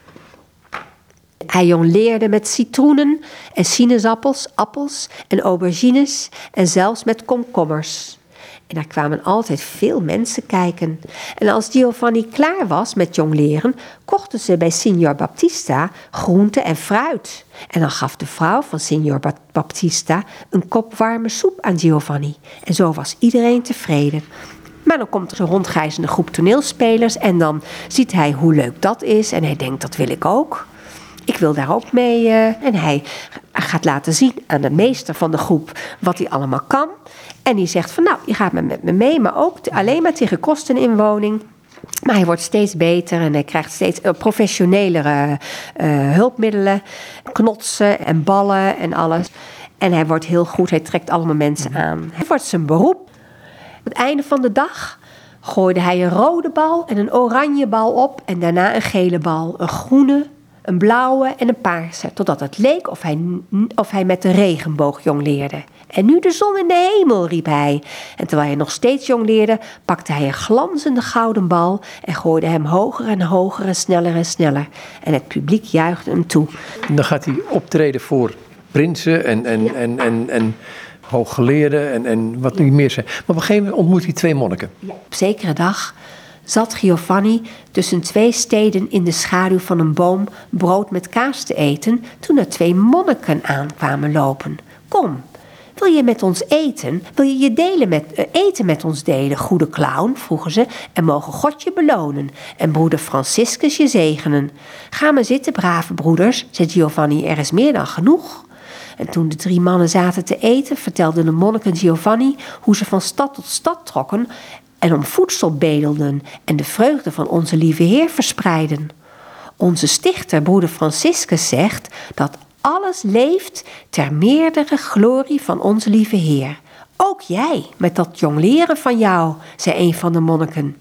Hij jongleerde met citroenen en sinaasappels, appels en aubergines en zelfs met komkommers. En daar kwamen altijd veel mensen kijken. En als Giovanni klaar was met jongleren, kochten ze bij Signor Baptista groente en fruit. En dan gaf de vrouw van Signor Baptista een kop warme soep aan Giovanni. En zo was iedereen tevreden. Maar dan komt er een rondreizende groep toneelspelers en dan ziet hij hoe leuk dat is. En hij denkt, dat wil ik ook. Ik wil daar ook mee. Uh, en hij gaat laten zien aan de meester van de groep wat hij allemaal kan. En die zegt van nou, je gaat met me mee, maar ook te, alleen maar tegen kosten inwoning. Maar hij wordt steeds beter en hij krijgt steeds uh, professionelere uh, hulpmiddelen. Knotsen en ballen en alles. En hij wordt heel goed, hij trekt allemaal mensen aan. Hij wordt zijn beroep. Op het einde van de dag gooide hij een rode bal en een oranje bal op. En daarna een gele bal, een groene, een blauwe en een paarse. Totdat het leek of hij, of hij met de regenboog jongleerde. En nu de zon in de hemel, riep hij. En terwijl hij nog steeds jongleerde, pakte hij een glanzende gouden bal en gooide hem hoger en hoger en sneller en sneller. En het publiek juichte hem toe. En dan gaat hij optreden voor prinsen en, en, ja. en, en, en hooggeleerden en, en wat niet meer zijn. Maar op een gegeven moment ontmoet hij twee monniken. Ja. Op zekere dag zat Giovanni tussen twee steden in de schaduw van een boom brood met kaas te eten, toen er twee monniken aankwamen lopen. Kom, wil je met ons eten? Wil je je delen met, uh, eten met ons delen, goede clown? Vroegen ze. En mogen God je belonen en broeder Franciscus je zegenen. Ga maar zitten, brave broeders, zei Giovanni, er is meer dan genoeg. En toen de drie mannen zaten te eten, vertelden de monniken Giovanni hoe ze van stad tot stad trokken en om voedsel bedelden en de vreugde van onze lieve Heer verspreiden. Onze stichter, broeder Franciscus, zegt dat alles leeft ter meerdere glorie van onze lieve Heer. Ook jij, met dat jongleren van jou, zei een van de monniken.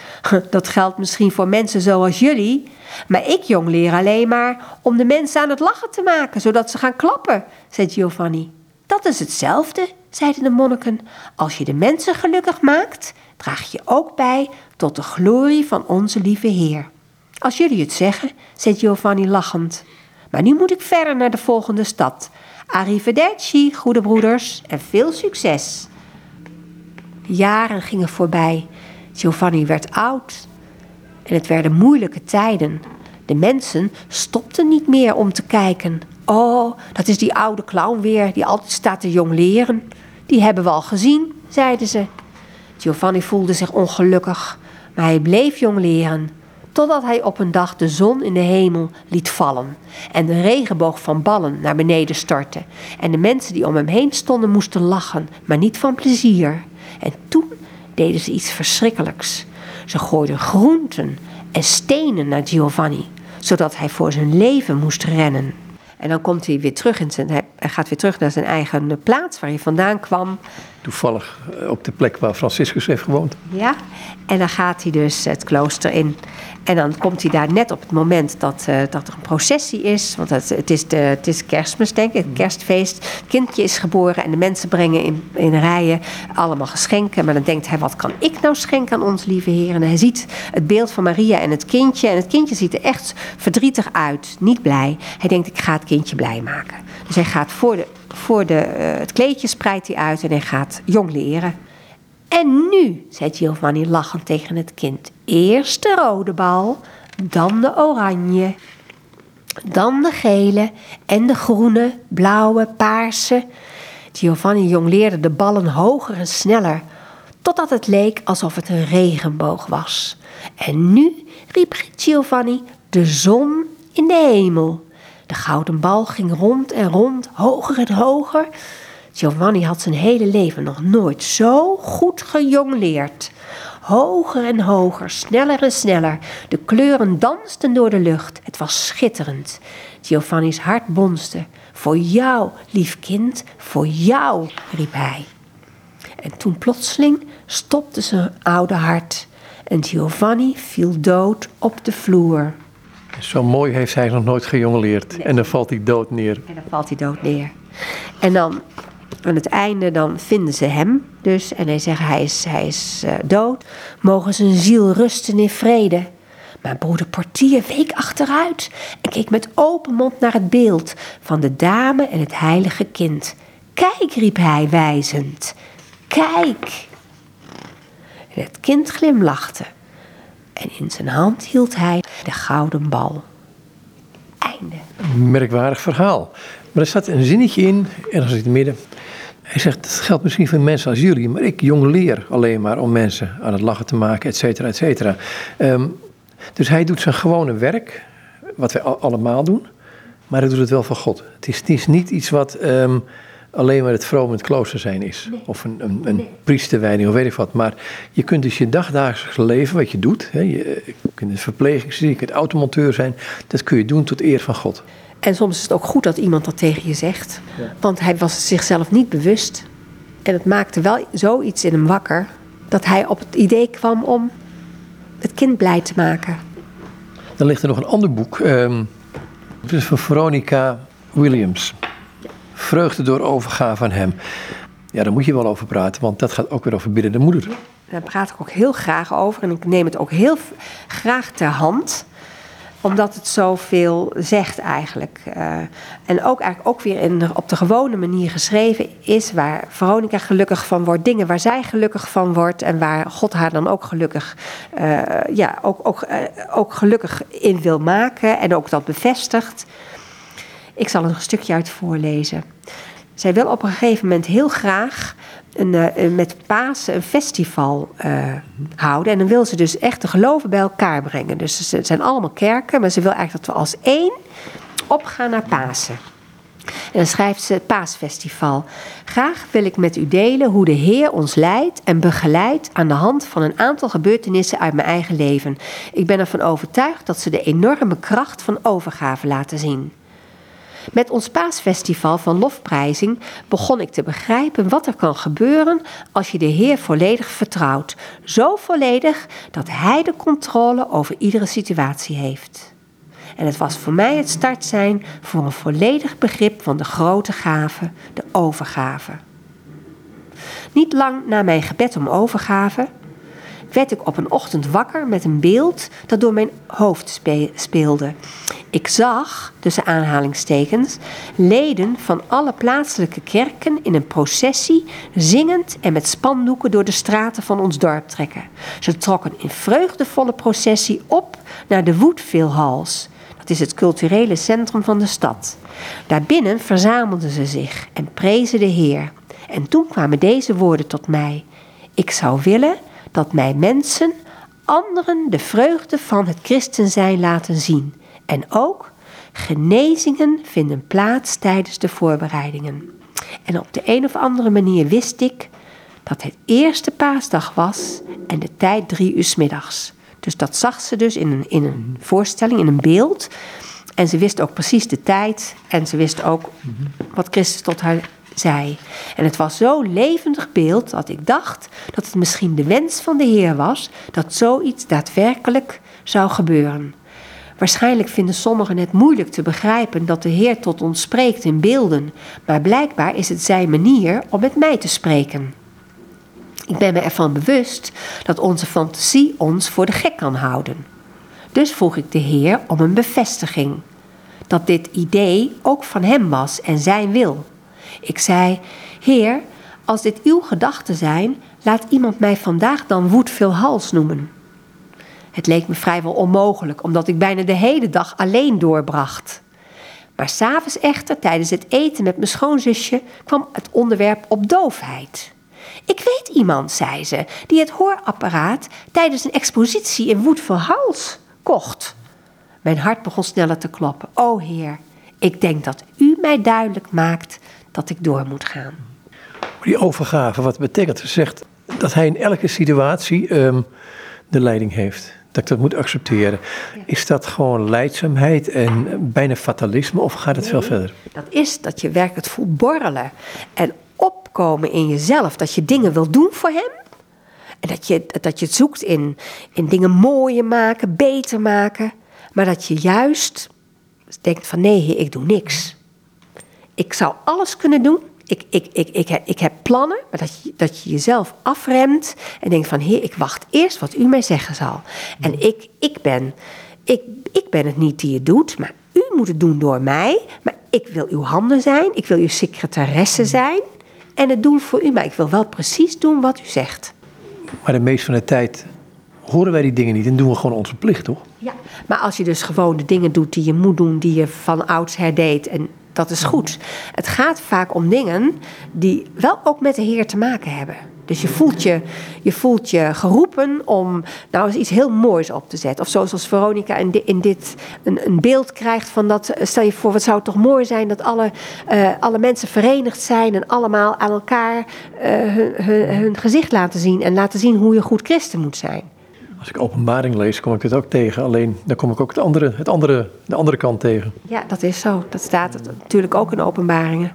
Dat geldt misschien voor mensen zoals jullie, maar ik jongleer alleen maar om de mensen aan het lachen te maken, zodat ze gaan klappen, zei Giovanni. Dat is hetzelfde, zeiden de monniken. Als je de mensen gelukkig maakt, draag je ook bij tot de glorie van onze lieve Heer. Als jullie het zeggen, zei Giovanni lachend. Maar nu moet ik verder naar de volgende stad. Arrivederci, goede broeders, en veel succes. Jaren gingen voorbij. Giovanni werd oud. En het werden moeilijke tijden. De mensen stopten niet meer om te kijken. Oh, dat is die oude clown weer, die altijd staat te jongleren. Die hebben we al gezien, zeiden ze. Giovanni voelde zich ongelukkig. Maar hij bleef jong leren, totdat hij op een dag de zon in de hemel liet vallen en de regenboog van ballen naar beneden stortte. En de mensen die om hem heen stonden moesten lachen, maar niet van plezier. En toen deden ze iets verschrikkelijks. Ze gooiden groenten en stenen naar Giovanni, zodat hij voor zijn leven moest rennen. En dan komt hij weer terug in zijn, hij gaat weer terug naar zijn eigen plaats waar hij vandaan kwam. Toevallig op de plek waar Franciscus heeft gewoond. Ja, en dan gaat hij dus het klooster in. En dan komt hij daar net op het moment dat, uh, dat er een processie is. Want het, het, is de, het is Kerstmis, denk ik, het kerstfeest. Het kindje is geboren en de mensen brengen in, in rijen allemaal geschenken. Maar dan denkt hij, wat kan ik nou schenken aan ons lieve Heer? En hij ziet het beeld van Maria en het kindje. En het kindje ziet er echt verdrietig uit, niet blij. Hij denkt, ik ga het kindje blij maken. Dus hij gaat voor, de, voor de, uh, het kleedje spreidt hij uit en hij gaat jong leren. En nu, zei Giovanni lachend tegen het kind, eerst de rode bal, dan de oranje, dan de gele en de groene, blauwe, paarse. Giovanni jongleerde de ballen hoger en sneller, totdat het leek alsof het een regenboog was. En nu, riep Giovanni, de zon in de hemel. De gouden bal ging rond en rond, hoger en hoger. Giovanni had zijn hele leven nog nooit zo goed gejongleerd. Hoger en hoger, sneller en sneller. De kleuren dansten door de lucht. Het was schitterend. Giovanni's hart bonste. Voor jou, lief kind, voor jou, riep hij. En toen plotseling stopte zijn oude hart. En Giovanni viel dood op de vloer. Zo mooi heeft hij nog nooit gejongleerd. Nee. En dan valt hij dood neer. En dan valt hij dood neer. En dan... Aan het einde dan vinden ze hem dus en hij zegt hij is, hij is uh, dood. Mogen zijn ziel rusten in vrede. Maar broeder Portier week achteruit en keek met open mond naar het beeld van de dame en het heilige kind. Kijk, riep hij wijzend. Kijk. En het kind glimlachte en in zijn hand hield hij de gouden bal. Einde. Merkwaardig verhaal. Maar er staat een zinnetje in, ergens in het midden. Hij zegt, dat geldt misschien voor mensen als jullie, maar ik jongleer alleen maar om mensen aan het lachen te maken, et cetera, et cetera. Um, dus hij doet zijn gewone werk, wat wij allemaal doen, maar hij doet het wel voor God. Het is, het is niet iets wat um, alleen maar het vroom in het klooster zijn is. Nee. Of een, een, een nee. priesterwijding of weet ik wat. Maar je kunt dus je dagdagelijks leven, wat je doet. Hè, je, je kunt een verpleging zijn, je kunt automonteur zijn. Dat kun je doen tot eer van God. En soms is het ook goed dat iemand dat tegen je zegt. Ja. Want hij was zichzelf niet bewust. En het maakte wel zoiets in hem wakker. Dat hij op het idee kwam om het kind blij te maken. Dan ligt er nog een ander boek. Um, het is van Veronica Williams. Ja. Vreugde door overgave aan hem. Ja, daar moet je wel over praten. Want dat gaat ook weer over biddende moeder. Ja. Daar praat ik ook heel graag over. En ik neem het ook heel graag ter hand. Omdat het zoveel zegt eigenlijk. Uh, en ook eigenlijk ook weer in, op de gewone manier geschreven is. Waar Veronica gelukkig van wordt. Dingen waar zij gelukkig van wordt. En waar God haar dan ook gelukkig, uh, ja, ook, ook, uh, ook gelukkig in wil maken. En ook dat bevestigt. Ik zal er een stukje uit voorlezen. Zij wil op een gegeven moment heel graag een, uh, met Pasen een festival uh, houden. En dan wil ze dus echt de geloven bij elkaar brengen. Dus het zijn allemaal kerken, maar ze wil eigenlijk dat we als één opgaan naar Pasen. En dan schrijft ze het Paasfestival. Graag wil ik met u delen hoe de Heer ons leidt en begeleidt aan de hand van een aantal gebeurtenissen uit mijn eigen leven. Ik ben ervan overtuigd dat ze de enorme kracht van overgave laten zien. Met ons Paasfestival van lofprijzing begon ik te begrijpen wat er kan gebeuren als je de Heer volledig vertrouwt. Zo volledig dat Hij de controle over iedere situatie heeft. En het was voor mij het startsein voor een volledig begrip van de grote gave, de overgave. Niet lang na mijn gebed om overgave werd ik op een ochtend wakker met een beeld dat door mijn hoofd spe- speelde. Ik zag, tussen aanhalingstekens, leden van alle plaatselijke kerken in een processie, zingend en met spandoeken door de straten van ons dorp trekken. Ze trokken in vreugdevolle processie op naar de Woodville Halls. Dat is het culturele centrum van de stad. Daarbinnen verzamelden ze zich en prezen de Heer. En toen kwamen deze woorden tot mij. Ik zou willen dat mij mensen anderen de vreugde van het christen zijn laten zien. En ook genezingen vinden plaats tijdens de voorbereidingen. En op de een of andere manier wist ik dat het eerste paasdag was en de tijd drie uur 's middags. Dus dat zag ze dus in een, in een voorstelling, in een beeld. En ze wist ook precies de tijd en ze wist ook wat Christus tot haar zei. En het was zo'n levendig beeld dat ik dacht dat het misschien de wens van de Heer was dat zoiets daadwerkelijk zou gebeuren. Waarschijnlijk vinden sommigen het moeilijk te begrijpen dat de Heer tot ons spreekt in beelden, maar blijkbaar is het zijn manier om met mij te spreken. Ik ben me ervan bewust dat onze fantasie ons voor de gek kan houden. Dus vroeg ik de Heer om een bevestiging. Dat dit idee ook van hem was en zijn wil. Ik zei, Heer, als dit uw gedachten zijn, laat iemand mij vandaag dan Woodville Hals noemen. Het leek me vrijwel onmogelijk, omdat ik bijna de hele dag alleen doorbracht. Maar 's avonds echter, tijdens het eten met mijn schoonzusje, kwam het onderwerp op doofheid. Ik weet iemand, zei ze, die het hoorapparaat tijdens een expositie in Woodville Hals kocht. Mijn hart begon sneller te kloppen. O Heer, ik denk dat u mij duidelijk maakt dat ik door moet gaan. Die overgave, wat betekent? Ze zegt dat hij in elke situatie um, de leiding heeft. Dat ik dat moet accepteren. Ja. Is dat gewoon lijdzaamheid en bijna fatalisme of gaat het nee, veel verder? Dat is dat je werkelijk voelt borrelen en opkomen in jezelf. Dat je dingen wil doen voor hem. En dat je, dat je het zoekt in, in dingen mooier maken, beter maken. Maar dat je juist denkt van nee, Heer, ik doe niks. Ik zou alles kunnen doen. Ik, ik, ik, ik, heb, ik heb plannen, maar dat je, dat je jezelf afremt en denkt van Heer, ik wacht eerst wat u mij zeggen zal. En ik, ik, ben, ik, ik ben het niet die het doet, maar u moet het doen door mij. Maar ik wil uw handen zijn, ik wil uw secretaresse zijn en het doen voor u. Maar ik wil wel precies doen wat u zegt. Maar de meeste van de tijd horen wij die dingen niet en doen we gewoon onze plicht, toch? Ja, maar als je dus gewoon de dingen doet die je moet doen, die je van oudsher deed, en dat is goed. Het gaat vaak om dingen die wel ook met de Heer te maken hebben. Dus je voelt je, je, voelt je geroepen om nou eens iets heel moois op te zetten. Of zoals Veronica in, di, in dit een, een beeld krijgt van dat. Stel je voor, wat zou het toch mooi zijn dat alle, uh, alle mensen verenigd zijn en allemaal aan elkaar uh, hun, hun, hun gezicht laten zien. En laten zien hoe je goed christen moet zijn. Als ik Openbaring lees, kom ik het ook tegen. Alleen, dan kom ik ook het andere, het andere, de andere kant tegen. Ja, dat is zo. Dat staat natuurlijk ook in Openbaringen.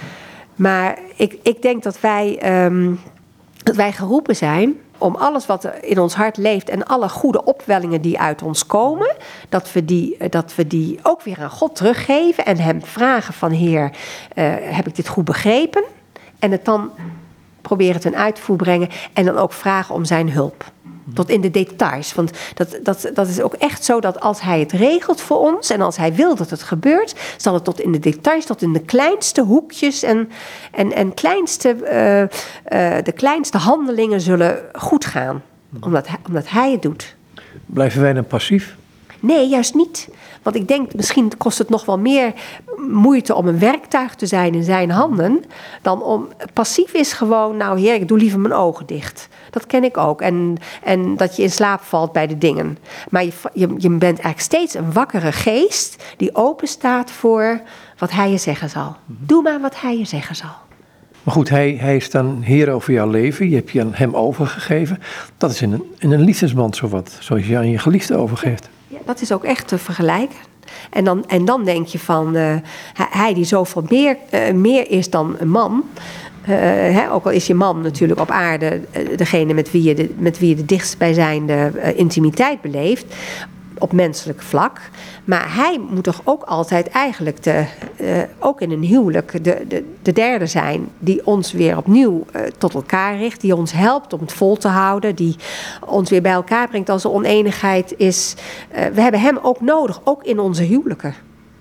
Maar ik, ik denk dat wij, um, dat wij geroepen zijn om alles wat in ons hart leeft en alle goede opwellingen die uit ons komen, dat we die, dat we die ook weer aan God teruggeven en hem vragen van Heer, uh, heb ik dit goed begrepen? En het dan proberen ten uitvoer brengen en dan ook vragen om zijn hulp. Tot in de details. Want dat, dat, dat is ook echt zo dat als hij het regelt voor ons en als hij wil dat het gebeurt, zal het tot in de details, tot in de kleinste hoekjes en, en, en kleinste, uh, uh, de kleinste handelingen zullen goed gaan. Omdat hij, omdat hij het doet. Blijven wij dan passief? Nee, juist niet. Want ik denk, misschien kost het nog wel meer moeite om een werktuig te zijn in zijn handen, dan om passief is gewoon, nou Heer, ik doe liever mijn ogen dicht. Dat ken ik ook. En, en dat je in slaap valt bij de dingen. Maar je, je, je bent eigenlijk steeds een wakkere geest die open staat voor wat hij je zeggen zal. Doe maar wat hij je zeggen zal. Maar goed, hij, hij is dan Heer over jouw leven. Je hebt je aan hem overgegeven. Dat is in een, in een liefdesband zowat. Zoals je aan je geliefde overgeeft. Ja, dat is ook echt te vergelijken. En dan, en dan denk je van, uh, hij die zoveel meer, uh, meer is dan een man. Uh, hè, ook al is je man natuurlijk op aarde uh, degene met wie je de, met wie je de dichtstbijzijnde uh, intimiteit beleeft. Op menselijk vlak. Maar hij moet toch ook altijd eigenlijk, de, uh, ook in een huwelijk, de, de, de derde zijn. Die ons weer opnieuw uh, tot elkaar richt. Die ons helpt om het vol te houden. Die ons weer bij elkaar brengt als er oneenigheid is. Uh, we hebben hem ook nodig, ook in onze huwelijken.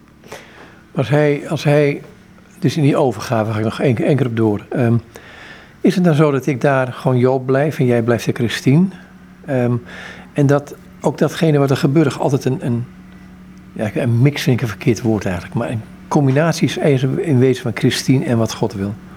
Als hij, als hij dus in die overgave ga ik nog één, één keer op door. Um, is het dan zo dat ik daar gewoon Joop blijf en jij blijft de Christine? Um, en dat ook datgene wat er gebeurt altijd een, een, ja, een mix vind ik een verkeerd woord eigenlijk. Maar een combinatie is in wezen van Christine en wat God wil.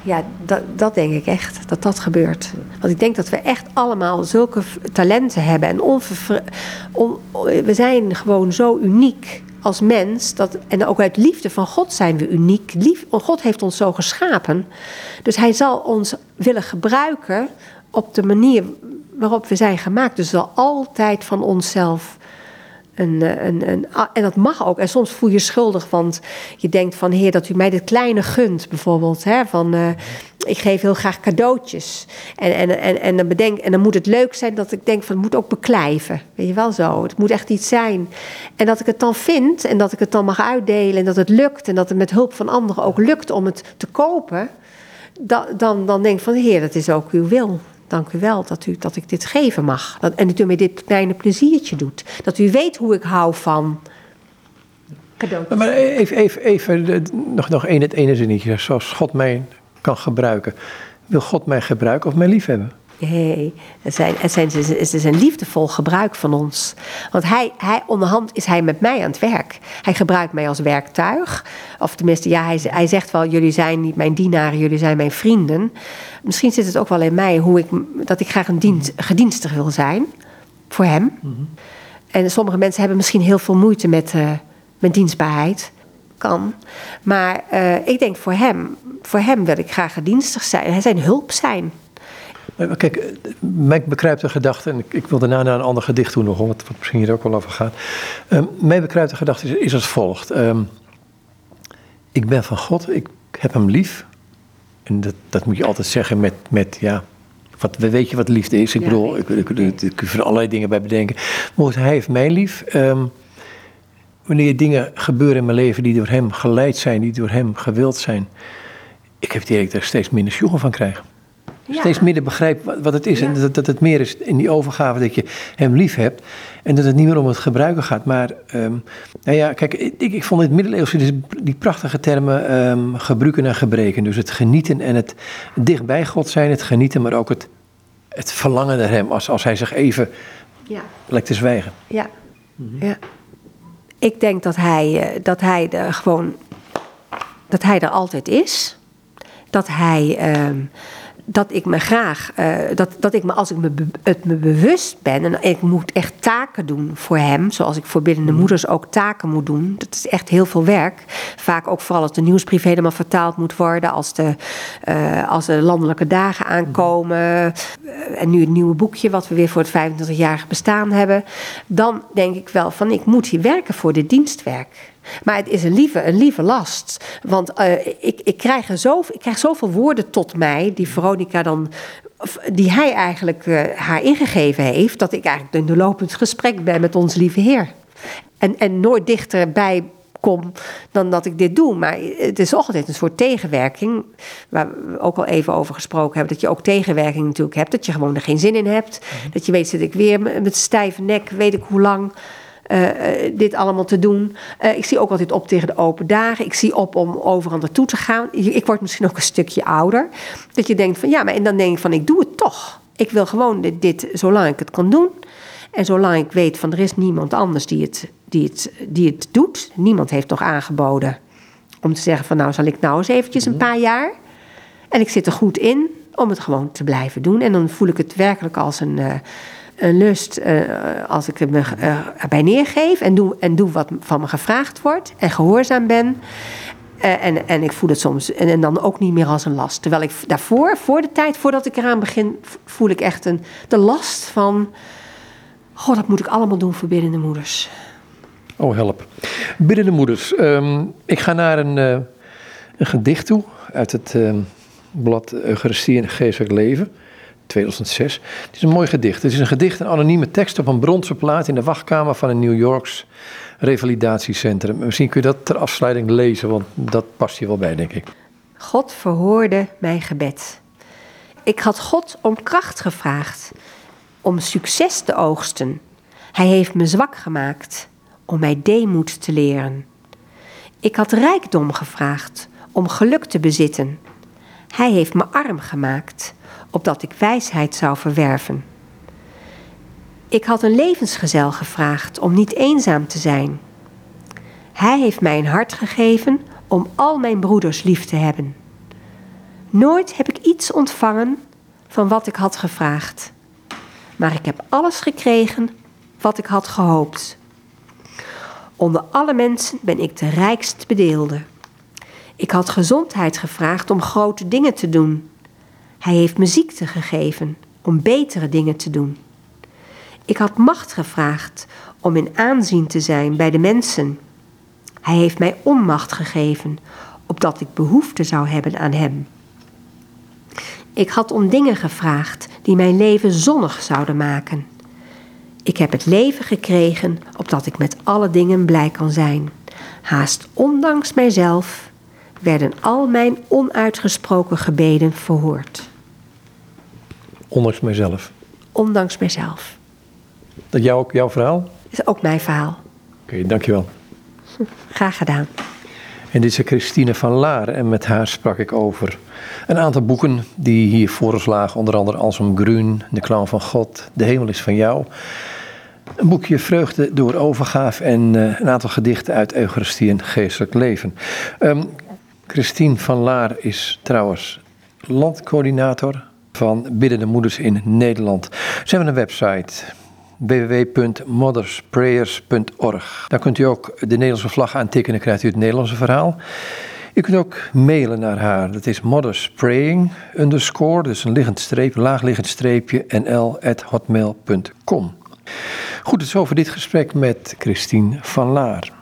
Ja, dat, dat denk ik echt, dat dat gebeurt. Want ik denk dat we echt allemaal zulke talenten hebben. En onvervre- on, we zijn gewoon zo uniek als mens. Dat, en ook uit liefde van God zijn we uniek. Lief, God heeft ons zo geschapen. Dus hij zal ons willen gebruiken op de manier waarop we zijn gemaakt. Dus wel altijd van onszelf... Een, een, een, en dat mag ook. En soms voel je je schuldig, want je denkt van... Heer, dat u mij dit kleine gunt, bijvoorbeeld. Hè, van, uh, ik geef heel graag cadeautjes. En, en, en, en, dan bedenk, en dan moet het leuk zijn dat ik denk van... het moet ook beklijven. Weet je wel zo. Het moet echt iets zijn. En dat ik het dan vind en dat ik het dan mag uitdelen... en dat het lukt en dat het met hulp van anderen ook lukt om het te kopen... Da, dan, dan denk ik van, Heer, dat is ook uw wil. Dank u wel dat, u, dat ik dit geven mag. Dat, en dat u mij dit kleine pleziertje doet. Dat u weet hoe ik hou van cadeautjes. Maar even, even, even nog, nog één, het ene zinnetje. Zoals God mij kan gebruiken. Wil God mij gebruiken of mij liefhebben? Nee, het, zijn, het, zijn, het is een liefdevol gebruik van ons. Want hij, hij, onderhand is hij met mij aan het werk. Hij gebruikt mij als werktuig. Of tenminste, ja, hij, hij zegt wel... jullie zijn niet mijn dienaren, jullie zijn mijn vrienden. Misschien zit het ook wel in mij... Hoe ik, dat ik graag een dienst, gedienstig wil zijn. Voor hem. Mm-hmm. En sommige mensen hebben misschien heel veel moeite met, uh, met dienstbaarheid. Kan. Maar uh, ik denk voor hem... voor hem wil ik graag gedienstig zijn. Hij zijn hulp zijn... Kijk, mij bekruipt de gedachte, en ik, ik wil daarna naar een ander gedicht toe nog, wat, wat misschien hier ook wel over gaat. Um, mij bekruipt de gedachte is, is als volgt. Um, ik ben van God, ik heb hem lief. En dat, dat moet je altijd zeggen met, met ja, wat, weet je wat liefde is? Ik ja, bedoel, ik, ik, ik, ik kun er allerlei dingen bij bedenken. Maar hij heeft mij lief. Um, wanneer dingen gebeuren in mijn leven die door hem geleid zijn, die door hem gewild zijn. Ik heb het idee dat ik er steeds minder sjoegen van krijg. Ja. Steeds minder begrijp wat, wat het is. Ja. En dat, dat het meer is in die overgave dat je hem lief hebt. En dat het niet meer om het gebruiken gaat. Maar, um, nou ja, kijk, ik, ik vond in het middeleeuwse die, die prachtige termen um, gebruiken en gebreken. Dus het genieten en het dichtbij God zijn. Het genieten, maar ook het, het verlangen naar hem. Als, als hij zich even ja. lijkt te zwijgen. Ja. Mm-hmm. Ja. Ik denk dat hij, dat hij er gewoon... dat hij er altijd is. Dat hij... Um, dat ik me graag, uh, dat, dat ik me, als ik me, be, het me bewust ben... en ik moet echt taken doen voor hem... zoals ik voor biddende moeders ook taken moet doen. Dat is echt heel veel werk. Vaak ook vooral als de nieuwsbrief helemaal vertaald moet worden... als de, uh, als de landelijke dagen aankomen... Uh, en nu het nieuwe boekje... wat we weer voor het vijfentwintigjarige bestaan hebben... dan denk ik wel van ik moet hier werken voor dit dienstwerk... Maar het is een lieve, een lieve last. Want uh, ik, ik, krijg er zo, ik krijg zoveel woorden tot mij... die Veronica dan... die hij eigenlijk uh, haar ingegeven heeft... dat ik eigenlijk in een doorlopend gesprek ben met onze lieve Heer. En, en nooit dichterbij kom dan dat ik dit doe. Maar het is altijd een soort tegenwerking... waar we ook al even over gesproken hebben... dat je ook tegenwerking natuurlijk hebt... dat je gewoon er geen zin in hebt. Mm-hmm. Dat je weet, zit ik weer met stijve nek... weet ik hoe lang... Uh, uh, dit allemaal te doen. Uh, ik zie ook altijd op tegen de open dagen. Ik zie op om overal naartoe te gaan. Ik word misschien ook een stukje ouder. Dat je denkt van ja, maar en dan denk ik van ik doe het toch. Ik wil gewoon dit, dit zolang ik het kan doen. En zolang ik weet van er is niemand anders die het, die het, die het doet. Niemand heeft nog aangeboden om te zeggen van nou zal ik nou eens eventjes een paar jaar. En ik zit er goed in om het gewoon te blijven doen. En dan voel ik het werkelijk als een... Uh, een lust uh, als ik me uh, erbij neergeef en doe, en doe wat van me gevraagd wordt en gehoorzaam ben. Uh, en, en ik voel het soms en, en dan ook niet meer als een last. Terwijl ik daarvoor, voor de tijd, voordat ik eraan begin, voel ik echt een, de last van... Goh, dat moet ik allemaal doen voor biddende moeders. Oh, help. Biddende moeders. Um, ik ga naar een, uh, een gedicht toe uit het uh, blad Eucharistie en Geestelijk Leven. tweeduizend zes. Het is een mooi gedicht. Het is een gedicht, een anonieme tekst op een bronzen plaat in de wachtkamer van een New Yorks revalidatiecentrum. Misschien kun je dat ter afsluiting lezen, want dat past hier wel bij, denk ik. God verhoorde mijn gebed. Ik had God om kracht gevraagd, om succes te oogsten. Hij heeft me zwak gemaakt, om mij deemoed te leren. Ik had rijkdom gevraagd, om geluk te bezitten. Hij heeft me arm gemaakt, opdat ik wijsheid zou verwerven. Ik had een levensgezel gevraagd om niet eenzaam te zijn. Hij heeft mij een hart gegeven om al mijn broeders lief te hebben. Nooit heb ik iets ontvangen van wat ik had gevraagd. Maar ik heb alles gekregen wat ik had gehoopt. Onder alle mensen ben ik de rijkst bedeelde. Ik had gezondheid gevraagd om grote dingen te doen. Hij heeft me ziekte gegeven om betere dingen te doen. Ik had macht gevraagd om in aanzien te zijn bij de mensen. Hij heeft mij onmacht gegeven, opdat ik behoefte zou hebben aan hem. Ik had om dingen gevraagd die mijn leven zonnig zouden maken. Ik heb het leven gekregen, opdat ik met alle dingen blij kan zijn. Haast ondanks mijzelf werden al mijn onuitgesproken gebeden verhoord. Ondanks mijzelf. Ondanks mijzelf. Dat jou ook jouw verhaal? Oké, Is ook mijn verhaal. okay, dankjewel. Graag gedaan. En dit is Christine van Laar en met haar sprak ik over een aantal boeken die hier voor ons lagen. Onder andere Anselm Grün, De Clown van God, De Hemel is van jou. Een boekje Vreugde door overgave en uh, een aantal gedichten uit Eucharistie en Geestelijk Leven. Um, Christine van Laar is trouwens landcoördinator van Biddende Moeders in Nederland. Ze hebben een website, w w w punt mothers prayers punt org. Daar kunt u ook de Nederlandse vlag aantikken en krijgt u het Nederlandse verhaal. U kunt ook mailen naar haar. Dat is motherspraying underscore, dus een liggend streep, laagliggend streepje, nl at hotmail punt com. Goed, het is over dit gesprek met Christine van Laar.